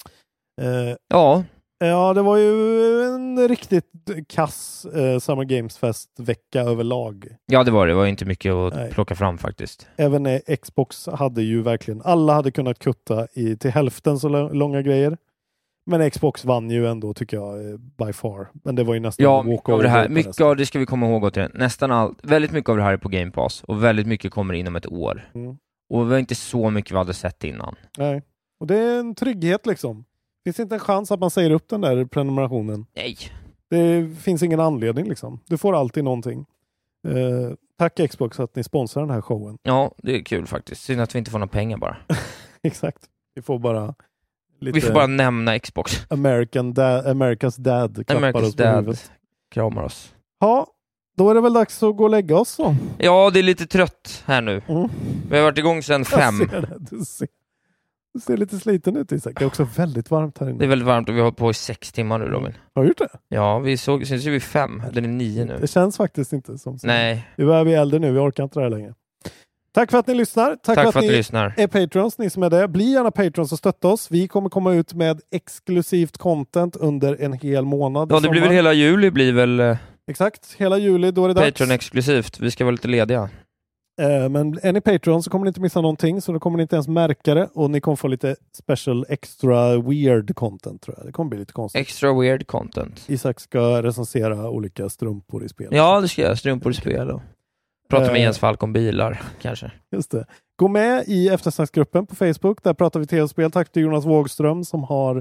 Speaker 9: Ja, det var ju en riktigt kass Summer Games Fest-vecka överlag.
Speaker 8: Ja, det var inte mycket att plocka fram faktiskt.
Speaker 9: Även Xbox hade ju verkligen, alla hade kunnat kutta till hälften så långa grejer. Men Xbox vann ju ändå, tycker jag, by far. Men det var ju nästan
Speaker 8: mycket av det här. Mycket av det ska vi komma ihåg åt det. Nästan allt, väldigt mycket av det här är på Game Pass. Och väldigt mycket kommer inom ett år. Och det var inte så mycket vi hade sett innan.
Speaker 9: Nej, och det är en trygghet liksom. Finns inte en chans att man säger upp den där prenumerationen?
Speaker 8: Nej.
Speaker 9: Det finns ingen anledning liksom. Du får alltid någonting. Tack Xbox att ni sponsrar den här showen.
Speaker 8: Ja, det är kul faktiskt. Synd att vi inte får några pengar bara.
Speaker 9: Exakt. Vi får bara
Speaker 8: nämna Xbox.
Speaker 9: America's Dad klappar oss på huvudet.
Speaker 8: Kramar oss.
Speaker 9: Ja, då är det väl dags att gå och lägga oss så.
Speaker 8: Ja, det är lite trött här nu. Vi har varit igång sedan 5.
Speaker 9: Jag ser det. Du ser lite sliten ut, Isak. Det är också väldigt varmt här inne.
Speaker 8: Det är väldigt varmt och vi har hållit på i 6 timmar nu, Robin.
Speaker 9: Har du gjort det?
Speaker 8: Ja, syns ju vid 5. Den är 9 nu.
Speaker 9: Det känns faktiskt inte som så.
Speaker 8: Nej.
Speaker 9: Vi börjar bli äldre nu, vi orkar inte det här längre. Tack för att ni lyssnar. Tack för att ni lyssnar. Är patrons, ni som är det. Bli gärna patrons och stötta oss. Vi kommer komma ut med exklusivt content under en hel månad.
Speaker 8: Ja, det blir väl hela juli blir väl...
Speaker 9: Exakt, hela juli, då är det dags.
Speaker 8: Patreon exklusivt, vi ska vara lite lediga.
Speaker 9: Men är ni Patreon så kommer ni inte missa någonting, så då kommer ni inte ens märka det, och ni kommer få lite special extra weird content, tror jag. Det kommer bli lite konstigt.
Speaker 8: Extra weird content.
Speaker 9: Isak ska recensera olika strumpor i spel.
Speaker 8: Ja, det ska jag. Strumpor i spel och prata med Jens Falk om bilar, kanske.
Speaker 9: Just det. Gå med i eftersnacksgruppen på Facebook. Där pratar vi tv-spel. Tack till Jonas Wågström som har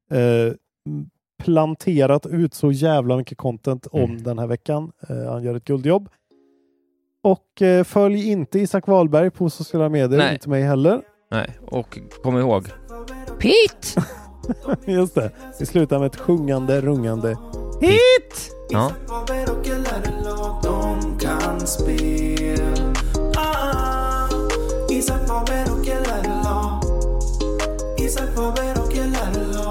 Speaker 9: planterat ut så jävla mycket content om den här veckan. Han gör ett guldjobb. Och följ inte Isak Wahlberg på sociala medier. Nej. Inte mig heller.
Speaker 8: Nej, och kom ihåg Pete!
Speaker 9: Just det. Vi slutar med ett sjungande, rungande hit!
Speaker 8: Ja.
Speaker 12: Isak var med och lärde lag.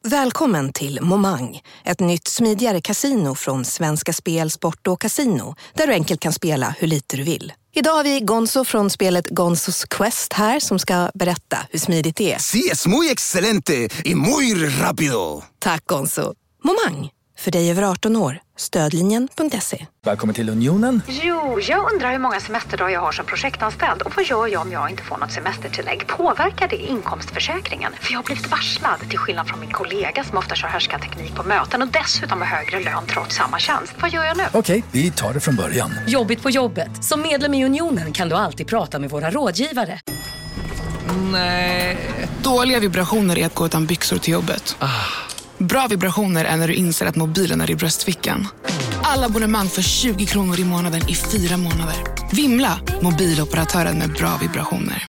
Speaker 12: Välkommen till Momang, ett nytt smidigare kasino från Svenska Spel, Sport och Casino, där du enkelt kan spela hur lite du vill. Idag har vi Gonzo från spelet Gonzos Quest här som ska berätta hur smidigt det är.
Speaker 13: Sí, es muy excelente y muy rápido.
Speaker 12: Tack Gonzo. Momang, för dig över 18 år. Stödlinjen.se.
Speaker 14: Välkommen till Unionen.
Speaker 15: Jo, jag undrar hur många semesterdagar jag har som projektanställd och vad gör jag om jag inte får något semestertillägg? Påverkar det inkomstförsäkringen? För jag har blivit varslad, till skillnad från min kollega som ofta kör härskarteknik på möten och dessutom har högre lön trots samma tjänst. Vad gör jag nu?
Speaker 14: Okej, vi tar det från början.
Speaker 16: Jobbigt på jobbet. Som medlem i Unionen kan du alltid prata med våra rådgivare.
Speaker 17: Nej. Dåliga vibrationer är att gå utan byxor till jobbet. Bra vibrationer är när du inser att mobilen är i bröstfickan. Alla abonnemang för 20 kronor i månaden i 4 månader. Vimla, mobiloperatören med bra vibrationer.